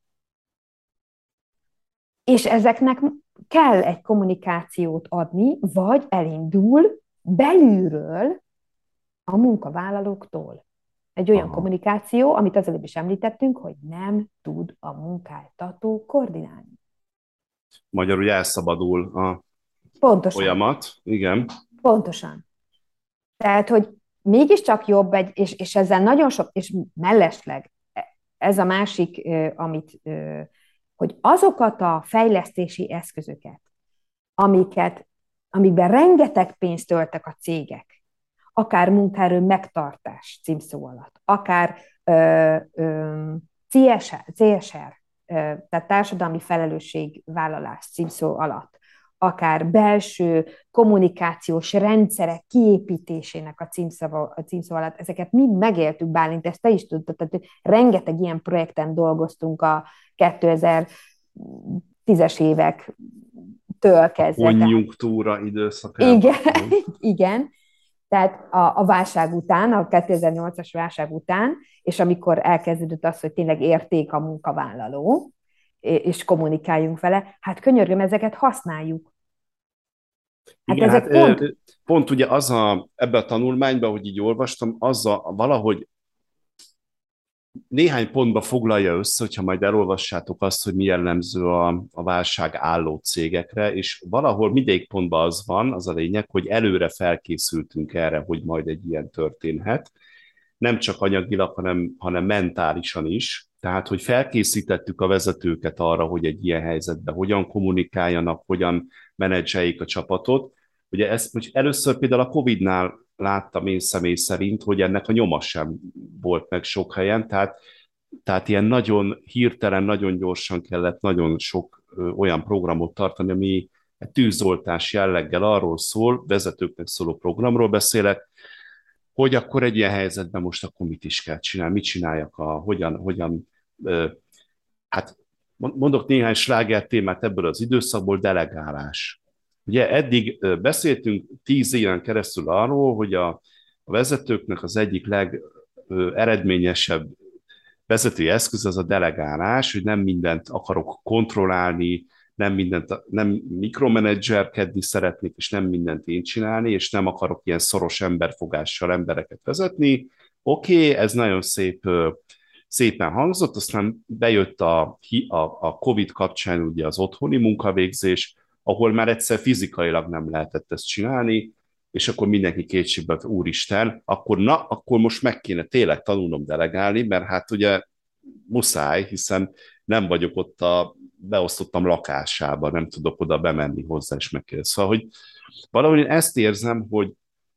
És ezeknek kell egy kommunikációt adni, vagy elindul belülről a munkavállalóktól. Egy olyan Aha. kommunikáció, amit az előbb is említettünk, hogy nem tud a munkáltató koordinálni. Magyarul elszabadul a Pontosan. folyamat. Igen. Pontosan. Tehát, hogy mégiscsak jobb egy, és, és ezzel nagyon sok, és mellesleg ez a másik, amit, hogy azokat a fejlesztési eszközöket, amiket, amikben rengeteg pénzt töltek a cégek, akár munkaerő megtartás címszó alatt, akár ö, ö, cé es er, cé es er, ö, tehát társadalmi felelősségvállalás címszó alatt, akár belső kommunikációs rendszerek kiépítésének a címszó, a címszó alatt, ezeket mind megéltük, Bálint, ezt te is tudtad, tehát rengeteg ilyen projekten dolgoztunk a kétezer-tízes évektől A kezdve. konjunktúra időszakában. Igen, igen. Tehát a, a válság után, a kétezer-nyolcas válság után, és amikor elkezdődött az, hogy tényleg érték a munkavállaló, és kommunikáljunk vele, hát könyörgöm, ezeket használjuk. Hát Igen, hát ezek pont... pont ugye az a, ebbe a tanulmányban, hogy így olvastam, az a, valahogy néhány pontba foglalja össze, hogyha majd elolvassátok azt, hogy mi jellemző a, a válság álló cégekre, és valahol mindegyik pontban az van, az a lényeg, hogy előre felkészültünk erre, hogy majd egy ilyen történhet. Nem csak anyagilag, hanem, hanem mentálisan is. Tehát, hogy felkészítettük a vezetőket arra, hogy egy ilyen helyzetben hogyan kommunikáljanak, hogyan menedzseljék a csapatot. Ugye ezt hogy először például a Covid-nál láttam én személy szerint, hogy ennek a nyoma sem volt meg sok helyen, tehát, tehát ilyen nagyon hirtelen, nagyon gyorsan kellett nagyon sok ö, olyan programot tartani, ami egy tűzoltás jelleggel arról szól, vezetőknek szóló programról beszélek, hogy akkor egy ilyen helyzetben most akkor mit is kell csinálni, mit csináljak, a, hogyan, hogyan ö, hát mondok néhány sláger témát ebből az időszakból, delegálás. Ugye eddig beszéltünk tíz éven keresztül arról, hogy a, a vezetőknek az egyik legeredményesebb vezetői eszköz az a delegálás, hogy nem mindent akarok kontrollálni, nem mindent, nem mikromenedzserkedni szeretnék, és nem mindent én csinálni, és nem akarok ilyen szoros emberfogással embereket vezetni. Oké, okay, ez nagyon szép, szépen hangzott, aztán bejött a, a, a Covid kapcsán ugye az otthoni munkavégzés, ahol már egyszer fizikailag nem lehetett ezt csinálni, és akkor mindenki kétségbe, úristen, akkor na, akkor most meg kéne tényleg tanulnom delegálni, mert hát ugye muszáj, hiszen nem vagyok ott a beosztottam lakásába, nem tudok oda bemenni hozzá, és megkérdezni. Szóval, hogy valahogy én ezt érzem, hogy,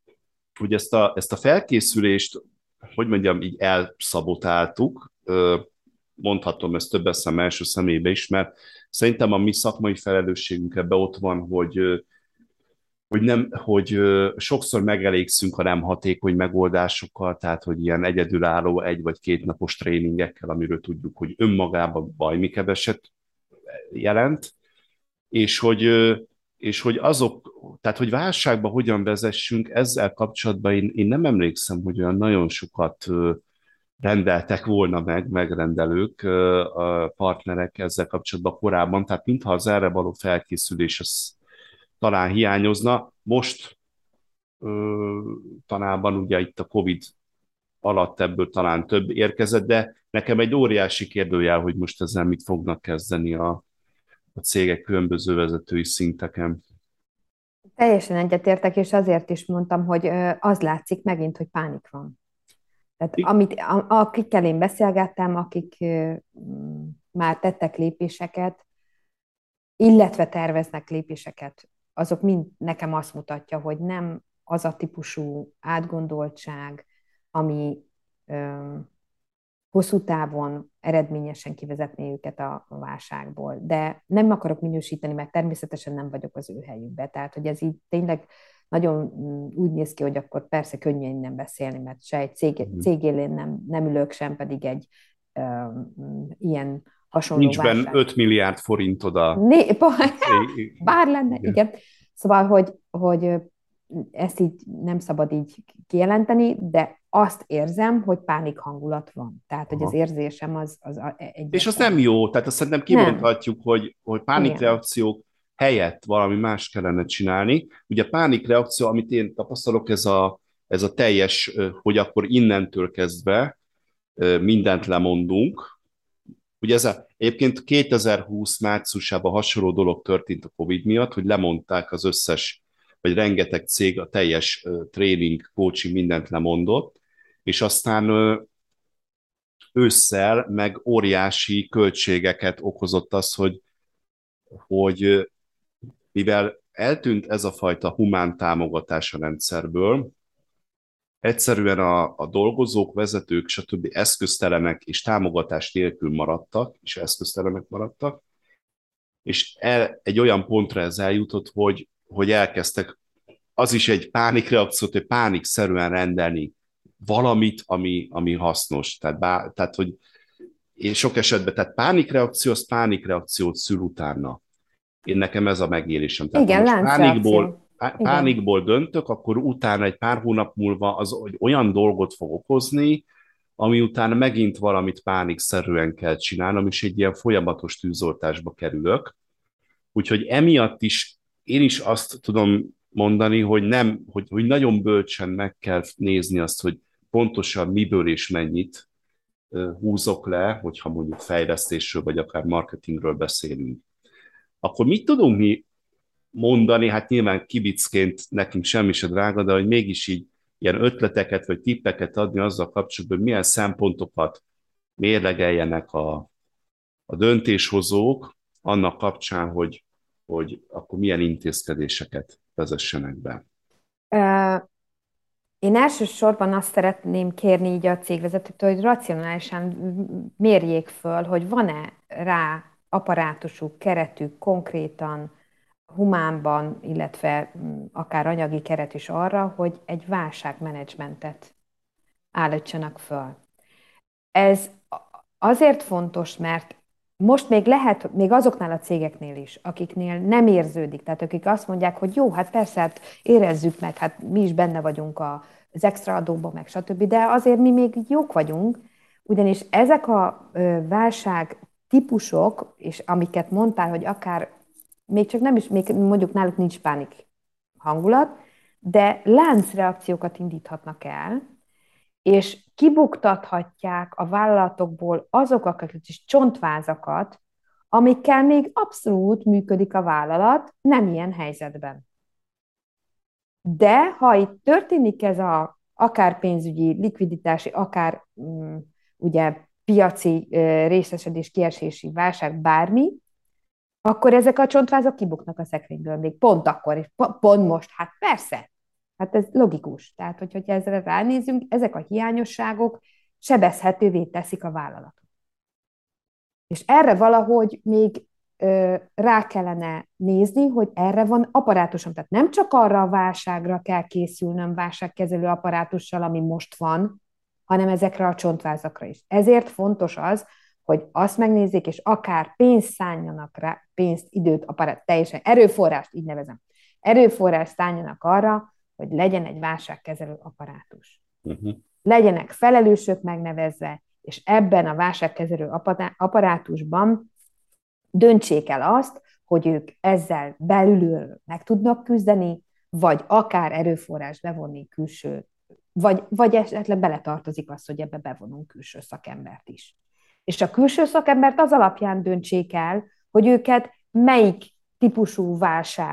hogy ezt, a, ezt a felkészülést, hogy mondjam, így elszabotáltuk, mondhatom ezt több eszem első személybe is, mert szerintem a mi szakmai felelősségünk ebbe ott van, hogy hogy, nem, hogy sokszor megelégszünk a nem hatékony megoldásokkal, tehát hogy ilyen egyedülálló egy vagy két napos tréningekkel, amiről tudjuk, hogy önmagában bajmi keveset jelent, és hogy, és hogy azok, tehát hogy válságba hogyan vezessünk, ezzel kapcsolatban én, én nem emlékszem, hogy olyan nagyon sokat rendeltek volna meg megrendelők, a partnerek ezzel kapcsolatban korábban, tehát mintha az erre való felkészülés az talán hiányozna. Most ö, tanában ugye itt a Covid alatt ebből talán több érkezett, de nekem egy óriási kérdőjel, hogy most ezzel mit fognak kezdeni a, a cégek különböző vezetői szinteken. Teljesen egyetértek, és azért is mondtam, hogy ö, az látszik megint, hogy pánik van. Tehát I- amit, a, akikkel én beszélgettem, akik ö, m, már tettek lépéseket, illetve terveznek lépéseket, azok mind nekem azt mutatja, hogy nem az a típusú átgondoltság, ami ö, hosszú távon eredményesen kivezetné őket a válságból. De nem akarok minősíteni, mert természetesen nem vagyok az ő helyükbe. Tehát, hogy ez így tényleg nagyon úgy néz ki, hogy akkor persze könnyű nem beszélni, mert se egy cég, cég élén nem, nem ülök, sem pedig egy um, ilyen hasonló Nincs benne válság. öt milliárd forintod a... Né, I- i- bár lenne, Igen. igen. Szóval, hogy, hogy ezt így nem szabad így kijelenteni, de azt érzem, hogy pánik hangulat van. Tehát, hogy az Aha. érzésem az, az És az nem egyértelmű. jó, tehát azt szerintem Nem. kimondhatjuk, hogy, hogy Igen. pánikreakciók helyett valami más kellene csinálni. Ugye pánikreakció, amit én tapasztalok, ez a, ez a teljes, ö, hogy akkor innentől kezdve ö, mindent lemondunk. Ugye ez a, egyébként kétezer-húsz márciusában hasonló dolog történt a Covid miatt, hogy lemondták az összes, vagy rengeteg cég a teljes ö, tréning, coaching, mindent lemondott, és aztán ö, ősszel meg óriási költségeket okozott az, hogy, hogy mivel eltűnt ez a fajta humán támogatás a rendszerből, egyszerűen a, a dolgozók, vezetők, stb. Eszköztelenek és támogatás nélkül maradtak, és eszköztelenek maradtak, és el, egy olyan pontra ez eljutott, hogy, hogy elkezdtek, az is egy pánikreakciót, hogy pánikszerűen rendelni valamit, ami, ami hasznos. Tehát, bá, tehát, hogy én sok esetben, tehát pánikreakció, az pánikreakciót szül utána. Én nekem ez a megélésem. Tehát ha Igen, most pánikból, láncreakció. Igen. pánikból döntök, akkor utána egy pár hónap múlva az hogy olyan dolgot fog okozni, ami után megint valamit pánikszerűen kell csinálnom, és egy ilyen folyamatos tűzoltásba kerülök. Úgyhogy emiatt is én is azt tudom mondani, hogy nem, hogy, hogy nagyon bölcsen meg kell nézni azt, hogy pontosan miből és mennyit húzok le, hogyha mondjuk fejlesztésről vagy akár marketingről beszélünk. Akkor mit tudunk mi mondani, hát nyilván kibicként nekünk semmi se drága, de hogy mégis így ilyen ötleteket vagy tippeket adni azzal kapcsolatban, hogy milyen szempontokat mérlegeljenek a, a döntéshozók annak kapcsán, hogy, hogy akkor milyen intézkedéseket vezessenek be. Én elsősorban azt szeretném kérni így a cégvezetőktől, hogy racionálisan mérjék föl, hogy van-e rá apparátusuk, keretük konkrétan, humánban, illetve mm, akár anyagi keret is arra, hogy egy válságmenedzsmentet állítsanak föl. Ez azért fontos, mert most még lehet, még azoknál a cégeknél is, akiknél nem érződik, tehát akik azt mondják, hogy jó, hát persze, hát érezzük meg, hát mi is benne vagyunk a, az extra adóban, meg stb., de azért mi még jók vagyunk, ugyanis ezek a válság típusok, és amiket mondtál, hogy akár még csak nem is, még mondjuk náluk nincs pánik hangulat, de láncreakciókat indíthatnak el, és kibuktathatják a vállalatokból azokat is csontvázakat, amikkel még abszolút működik a vállalat, nem ilyen helyzetben. De ha itt történik ez a akár pénzügyi, likviditási, akár um, ugye piaci uh, részesedés, kiesési válság, bármi, akkor ezek a csontvázak kibuknak a szekrényből még pont akkor, és pont most. Hát persze, hát ez logikus. Tehát, hogy, hogyha ezzel ránézünk, ezek a hiányosságok sebezhetővé teszik a vállalatot. És erre valahogy még ö, rá kellene nézni, hogy erre van apparátusom. Tehát nem csak arra a válságra kell készülnöm válságkezelő apparátussal, ami most van, hanem ezekre a csontvázakra is. Ezért fontos az, hogy azt megnézzék, és akár pénzt szálljanak rá, pénzt, időt, apparát, teljesen erőforrást, így nevezem, erőforrást szálljanak arra, hogy legyen egy válságkezelő apparátus. Uh-huh. Legyenek felelősök megnevezve, és ebben a válságkezelő apparátusban döntsék el azt, hogy ők ezzel belülről meg tudnak küzdeni, vagy akár erőforrás bevonni külső, vagy, vagy esetleg beletartozik az, hogy ebbe bevonunk külső szakembert is. És a külső szakembert az alapján döntsék el, hogy őket melyik típusú válság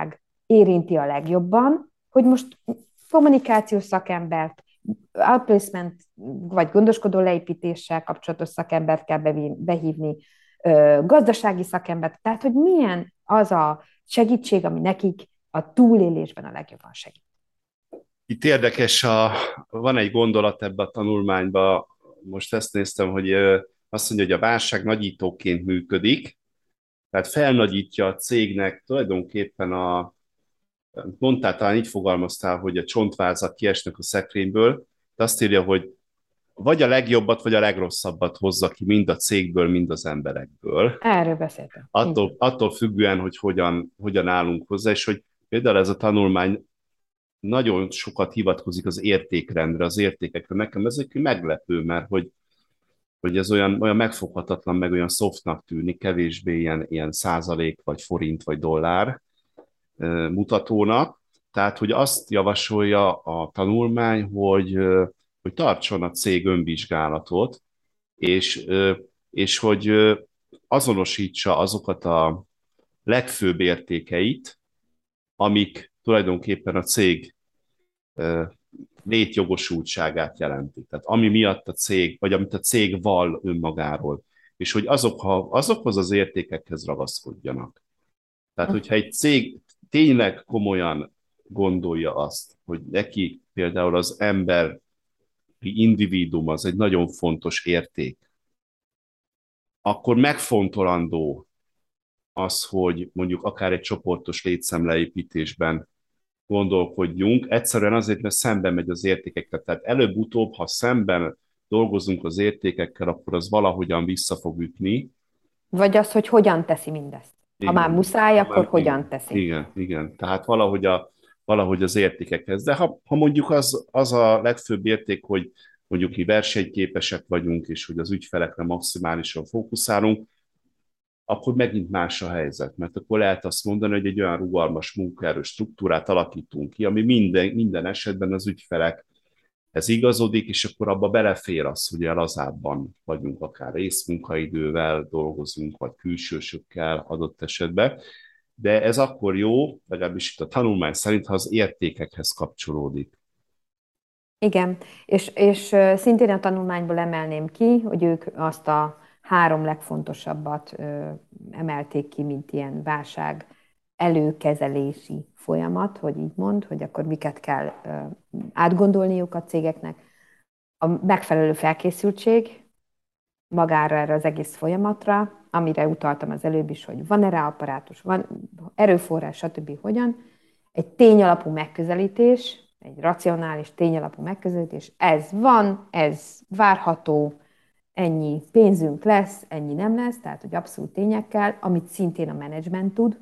érinti a legjobban, hogy most kommunikációs szakembert, outplacement vagy gondoskodó leépítéssel kapcsolatos szakembert kell behívni, gazdasági szakembert, tehát hogy milyen az a segítség, ami nekik a túlélésben a legjobban segít. Itt érdekes, a, van egy gondolat ebbe a tanulmányba, most ezt néztem, hogy azt mondja, hogy a válság nagyítóként működik, tehát felnagyítja a cégnek tulajdonképpen a, mondtál, talán így fogalmaztál, hogy a csontvázak kiesnek a szekrényből, de azt írja, hogy vagy a legjobbat, vagy a legrosszabbat hozza ki mind a cégből, mind az emberekből. Erről beszéltem. Attól, attól függően, hogy hogyan, hogyan állunk hozzá, és hogy például ez a tanulmány nagyon sokat hivatkozik az értékrendre, az értékekre. Nekem ez egy meglepő, mert hogy, hogy ez olyan, olyan megfoghatatlan, meg olyan softnak tűnik, kevésbé ilyen, ilyen százalék, vagy forint, vagy dollár mutatónak. Tehát, hogy azt javasolja a tanulmány, hogy, hogy tartson a cég önvizsgálatot, és, és hogy azonosítsa azokat a legfőbb értékeit, amik tulajdonképpen a cég létjogosultságát jelenti. Tehát ami miatt a cég, vagy amit a cég vall önmagáról, és hogy azok, ha azokhoz az értékekhez ragaszkodjanak. Tehát, hogyha egy cég tényleg komolyan gondolja azt, hogy neki például az emberi individuum az egy nagyon fontos érték, akkor megfontolandó az, hogy mondjuk akár egy csoportos létszámleépítésben gondolkodjunk, egyszerűen azért, mert szembe megy az értékekkel. Tehát előbb-utóbb, ha szemben dolgozunk az értékekkel, akkor az valahogyan vissza fog ütni. Vagy az, hogy hogyan teszi mindezt. Ha Igen. már muszáj, ha akkor már, hogyan igen, teszi. Igen, igen. Tehát valahogy, a, valahogy az értékekhez. De ha, ha mondjuk az, az a legfőbb érték, hogy mondjuk mi versenyképesek vagyunk, és hogy az ügyfelekre maximálisan fókuszálunk, akkor megint más a helyzet, mert akkor lehet azt mondani, hogy egy olyan rugalmas munkaerő struktúrát alakítunk ki, ami minden, minden esetben az ügyfelekhez igazodik, és akkor abba belefér az, hogy lazábban vagyunk, akár részmunkaidővel dolgozunk, vagy külsősökkel adott esetben. De ez akkor jó, legalábbis itt a tanulmány szerint, ha az értékekhez kapcsolódik. Igen, és, és szintén a tanulmányból emelném ki, hogy ők azt a három legfontosabbat ö, emelték ki, mint ilyen válság előkezelési folyamat, hogy így mond, hogy akkor miket kell ö, átgondolniuk a cégeknek. A megfelelő felkészültség magára erre az egész folyamatra, amire utaltam az előbb is, hogy van-e rá apparátus, van erőforrás, stb. Hogyan. Egy tényalapú megközelítés, egy racionális tényalapú megközelítés, ez van, ez várható, ennyi pénzünk lesz, ennyi nem lesz, tehát hogy abszolút tényekkel, amit szintén a menedzsment tud,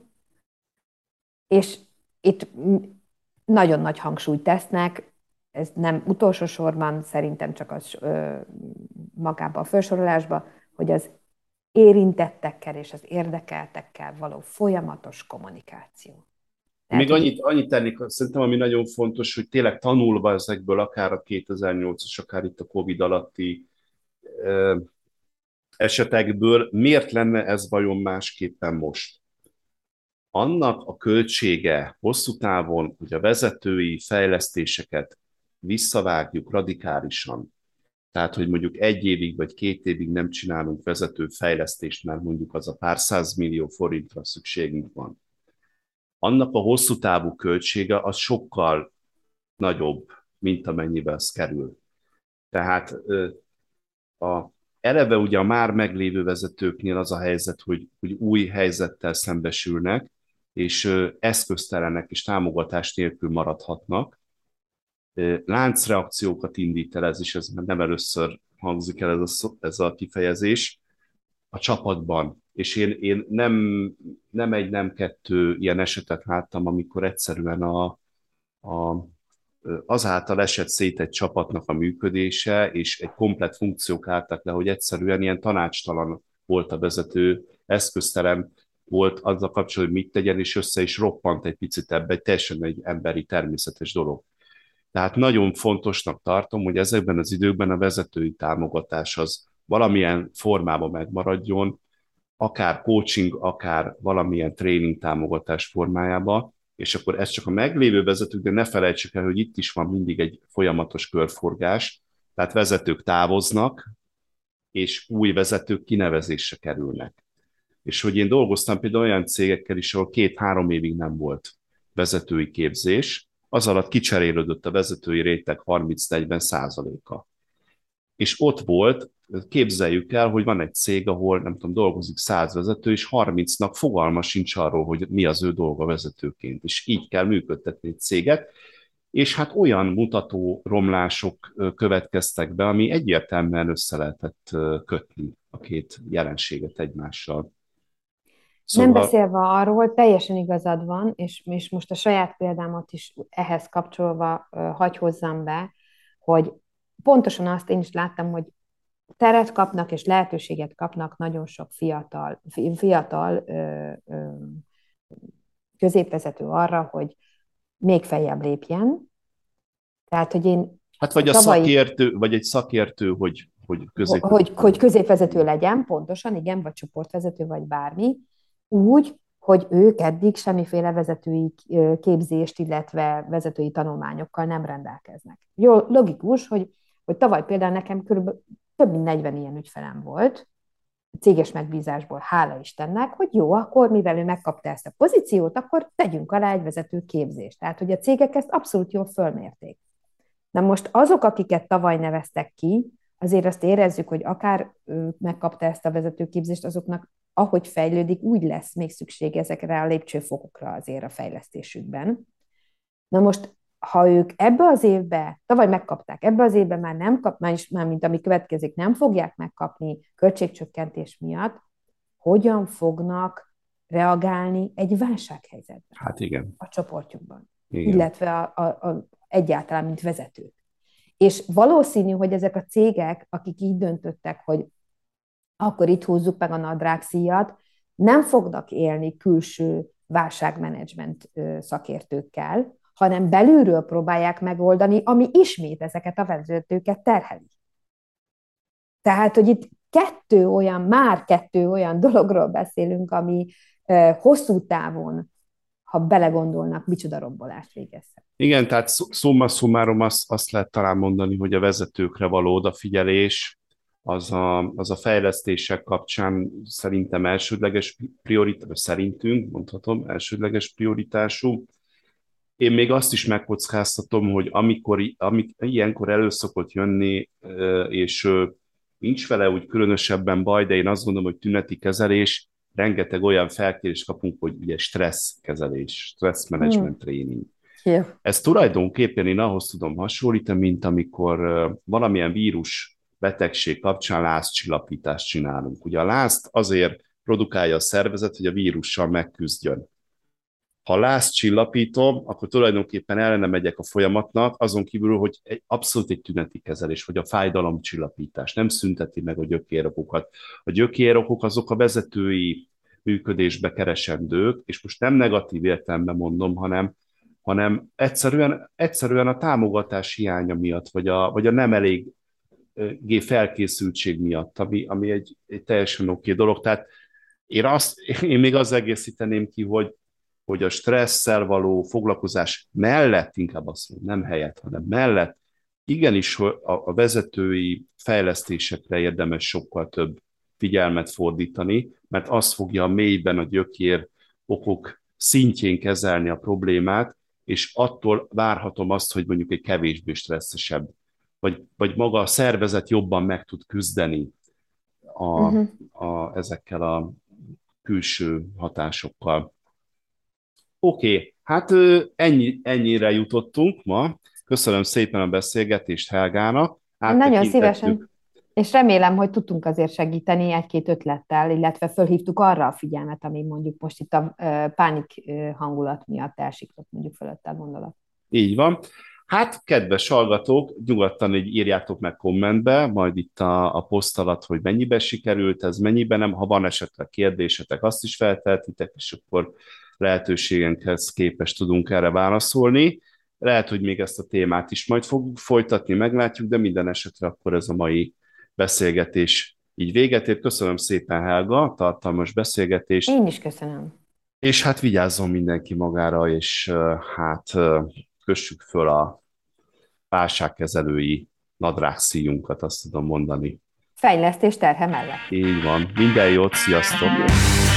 és itt nagyon nagy hangsúlyt tesznek, ez nem utolsó sorban, szerintem csak az ö, magában a felsorolásban, hogy az érintettekkel és az érdekeltekkel való folyamatos kommunikáció. Még annyit, annyit tennék, szerintem ami nagyon fontos, hogy tényleg tanulva ezekből, akár a kétezer-nyolcas, akár itt a Covid alatti ö, esetekből, miért lenne ez vajon másképpen most? Annak a költsége hosszú távon, hogy a vezetői fejlesztéseket visszavágjuk radikálisan, tehát, hogy mondjuk egy évig vagy két évig nem csinálunk vezető fejlesztést, mert mondjuk az a pár százmillió forintra szükségünk van. Annak a hosszú távú költsége az sokkal nagyobb, mint amennyibe az kerül. Tehát a, eleve ugye a már meglévő vezetőknél az a helyzet, hogy, hogy új helyzettel szembesülnek, és eszköztelenek és támogatás nélkül maradhatnak. Láncreakciókat indít el, ez is, ez nem először hangzik el ez a, ez a kifejezés, a csapatban. És én, én nem, nem egy, nem kettő ilyen esetet láttam, amikor egyszerűen a, a, azáltal esett szét egy csapatnak a működése, és egy komplett funkciók álltak le, hogy egyszerűen ilyen tanácstalan volt a vezető, eszköztelen volt azzal kapcsolatban, hogy mit tegyen, és össze is roppant egy picit ebbe, egy teljesen egy emberi, természetes dolog. Tehát nagyon fontosnak tartom, hogy ezekben az időkben a vezetői támogatás az valamilyen formában megmaradjon, akár coaching, akár valamilyen tréning támogatás formájába, és akkor ez csak a meglévő vezetők, de ne felejtsük el, hogy itt is van mindig egy folyamatos körforgás, tehát vezetők távoznak, és új vezetők kinevezésre kerülnek. És hogy én dolgoztam például olyan cégekkel is, ahol két-három évig nem volt vezetői képzés, az alatt kicserélődött a vezetői réteg harminc-negyven százaléka. És ott volt, képzeljük el, hogy van egy cég, ahol nem tudom, dolgozik száz vezető, és harmincnak fogalma sincs arról, hogy mi az ő dolga vezetőként. És így kell működtetni egy céget. És hát olyan mutató romlások következtek be, ami egyértelműen össze lehetett kötni a két jelenséget egymással. Nem Szóval, beszélve arról, teljesen igazad van, és, és most a saját példámat is ehhez kapcsolva uh, hagy hozzam be, hogy pontosan azt én is láttam, hogy teret kapnak és lehetőséget kapnak nagyon sok fiatal, fi- fiatal ö, ö, középvezető arra, hogy még feljebb lépjen. Tehát, hogy én hát a vagy a tavalyi, szakértő, vagy egy szakértő, hogy, hogy hogy, középvezető. hogy középvezető legyen, pontosan, igen, vagy csoportvezető, vagy bármi, úgy, hogy ők eddig semmiféle vezetői képzést, illetve vezetői tanulmányokkal nem rendelkeznek. Jó, logikus, hogy, hogy tavaly például nekem körülbelül több mint negyven ilyen ügyfelem volt, céges megbízásból, hála Istennek, hogy jó, akkor mivel ő megkapta ezt a pozíciót, akkor tegyünk alá egy vezető képzést. Tehát, hogy a cégek ezt abszolút jól fölmérték. Na most azok, akiket tavaly neveztek ki, azért azt érezzük, hogy akár ő megkapta ezt a vezetőképzést, azoknak ahogy fejlődik, úgy lesz még szükség ezekre a lépcsőfokokra azért a fejlesztésükben. Na most, ha ők ebbe az évbe, tavaly megkapták, ebbe az évben már nem kap, már, is, már mint ami következik, nem fogják megkapni költségcsökkentés miatt, hogyan fognak reagálni egy válsághelyzetben Hát igen, a csoportjukban, igen. illetve a, a, a, egyáltalán, mint vezetők. És valószínű, hogy ezek a cégek, akik így döntöttek, hogy akkor itt húzzuk meg a nadrágszíjat, nem fognak élni külső válságmenedzsment szakértőkkel, hanem belülről próbálják megoldani, ami ismét ezeket a vezetőket terheli. Tehát, hogy itt kettő olyan, már kettő olyan dologról beszélünk, ami hosszú távon, ha belegondolnak, micsoda rombolást végezhet. Igen, tehát szumma summarum azt, azt lehet talán mondani, hogy a vezetőkre való odafigyelés az a, az a fejlesztések kapcsán szerintem elsődleges prioritás, szerintünk mondhatom, elsődleges prioritású. Én még azt is megkockáztatom, hogy amikor, amik ilyenkor elő szokott jönni, és nincs vele úgy különösebben baj, de én azt gondolom, hogy tüneti kezelés, rengeteg olyan felkérést kapunk, hogy ugye stressz kezelés, stressz management Hmm. training. Jó. Ez tulajdonképpen én ahhoz tudom hasonlítani, mint amikor valamilyen vírus betegség kapcsán lázcsillapítást csinálunk. Ugye a lázt azért produkálja a szervezet, hogy a vírussal megküzdjön. Ha lázt csillapítom, akkor tulajdonképpen ellene megyek a folyamatnak, azon kívül, hogy egy, abszolút egy tüneti kezelés, vagy a fájdalomcsillapítás nem szünteti meg a gyökérokokat. A gyökérokok azok a vezetői működésbe keresendők, és most nem negatív értelemben mondom, hanem, hanem egyszerűen, egyszerűen a támogatás hiánya miatt, vagy a, vagy a nem elég felkészültség miatt, ami, ami egy, egy teljesen oké dolog. Tehát én, azt, én még az egészíteném ki, hogy hogy a stresszel való foglalkozás mellett, inkább azt mondom, nem helyett, hanem mellett, igenis a, a vezetői fejlesztésekre érdemes sokkal több figyelmet fordítani, mert az fogja a mélyben a gyökér okok szintjén kezelni a problémát, és attól várhatom azt, hogy mondjuk egy kevésbé stresszesebb, vagy, vagy maga a szervezet jobban meg tud küzdeni a, Uh-huh. a, ezekkel a külső hatásokkal. Oké, okay. Hát ennyi, ennyire jutottunk ma. Köszönöm szépen a beszélgetést Helgának. Nagyon szívesen. Áttekintettük. És remélem, hogy tudtunk azért segíteni egy-két ötlettel, illetve fölhívtuk arra a figyelmet, ami mondjuk most itt a pánik hangulat miatt elsiklott mondjuk fölött a gondolat. Így van. Hát, kedves hallgatók, nyugodtan így írjátok meg kommentbe, majd itt a, a poszt alatt, hogy mennyibe sikerült, ez mennyiben nem. Ha van esetleg kérdésetek, azt is felteltitek, és akkor lehetőségenkhez képest tudunk erre válaszolni. Lehet, hogy még ezt a témát is majd fogjuk folytatni, meglátjuk, de minden esetre akkor ez a mai beszélgetés így véget ért. Köszönöm szépen, Helga, a tartalmas beszélgetést. Én is köszönöm. És hát vigyázzon mindenki magára, és ö, hát ö, kössük föl a válságkezelői nadrágszíjunkat, azt tudom mondani. Fejlesztés terhe mellett. Így van. Minden jót, sziasztok!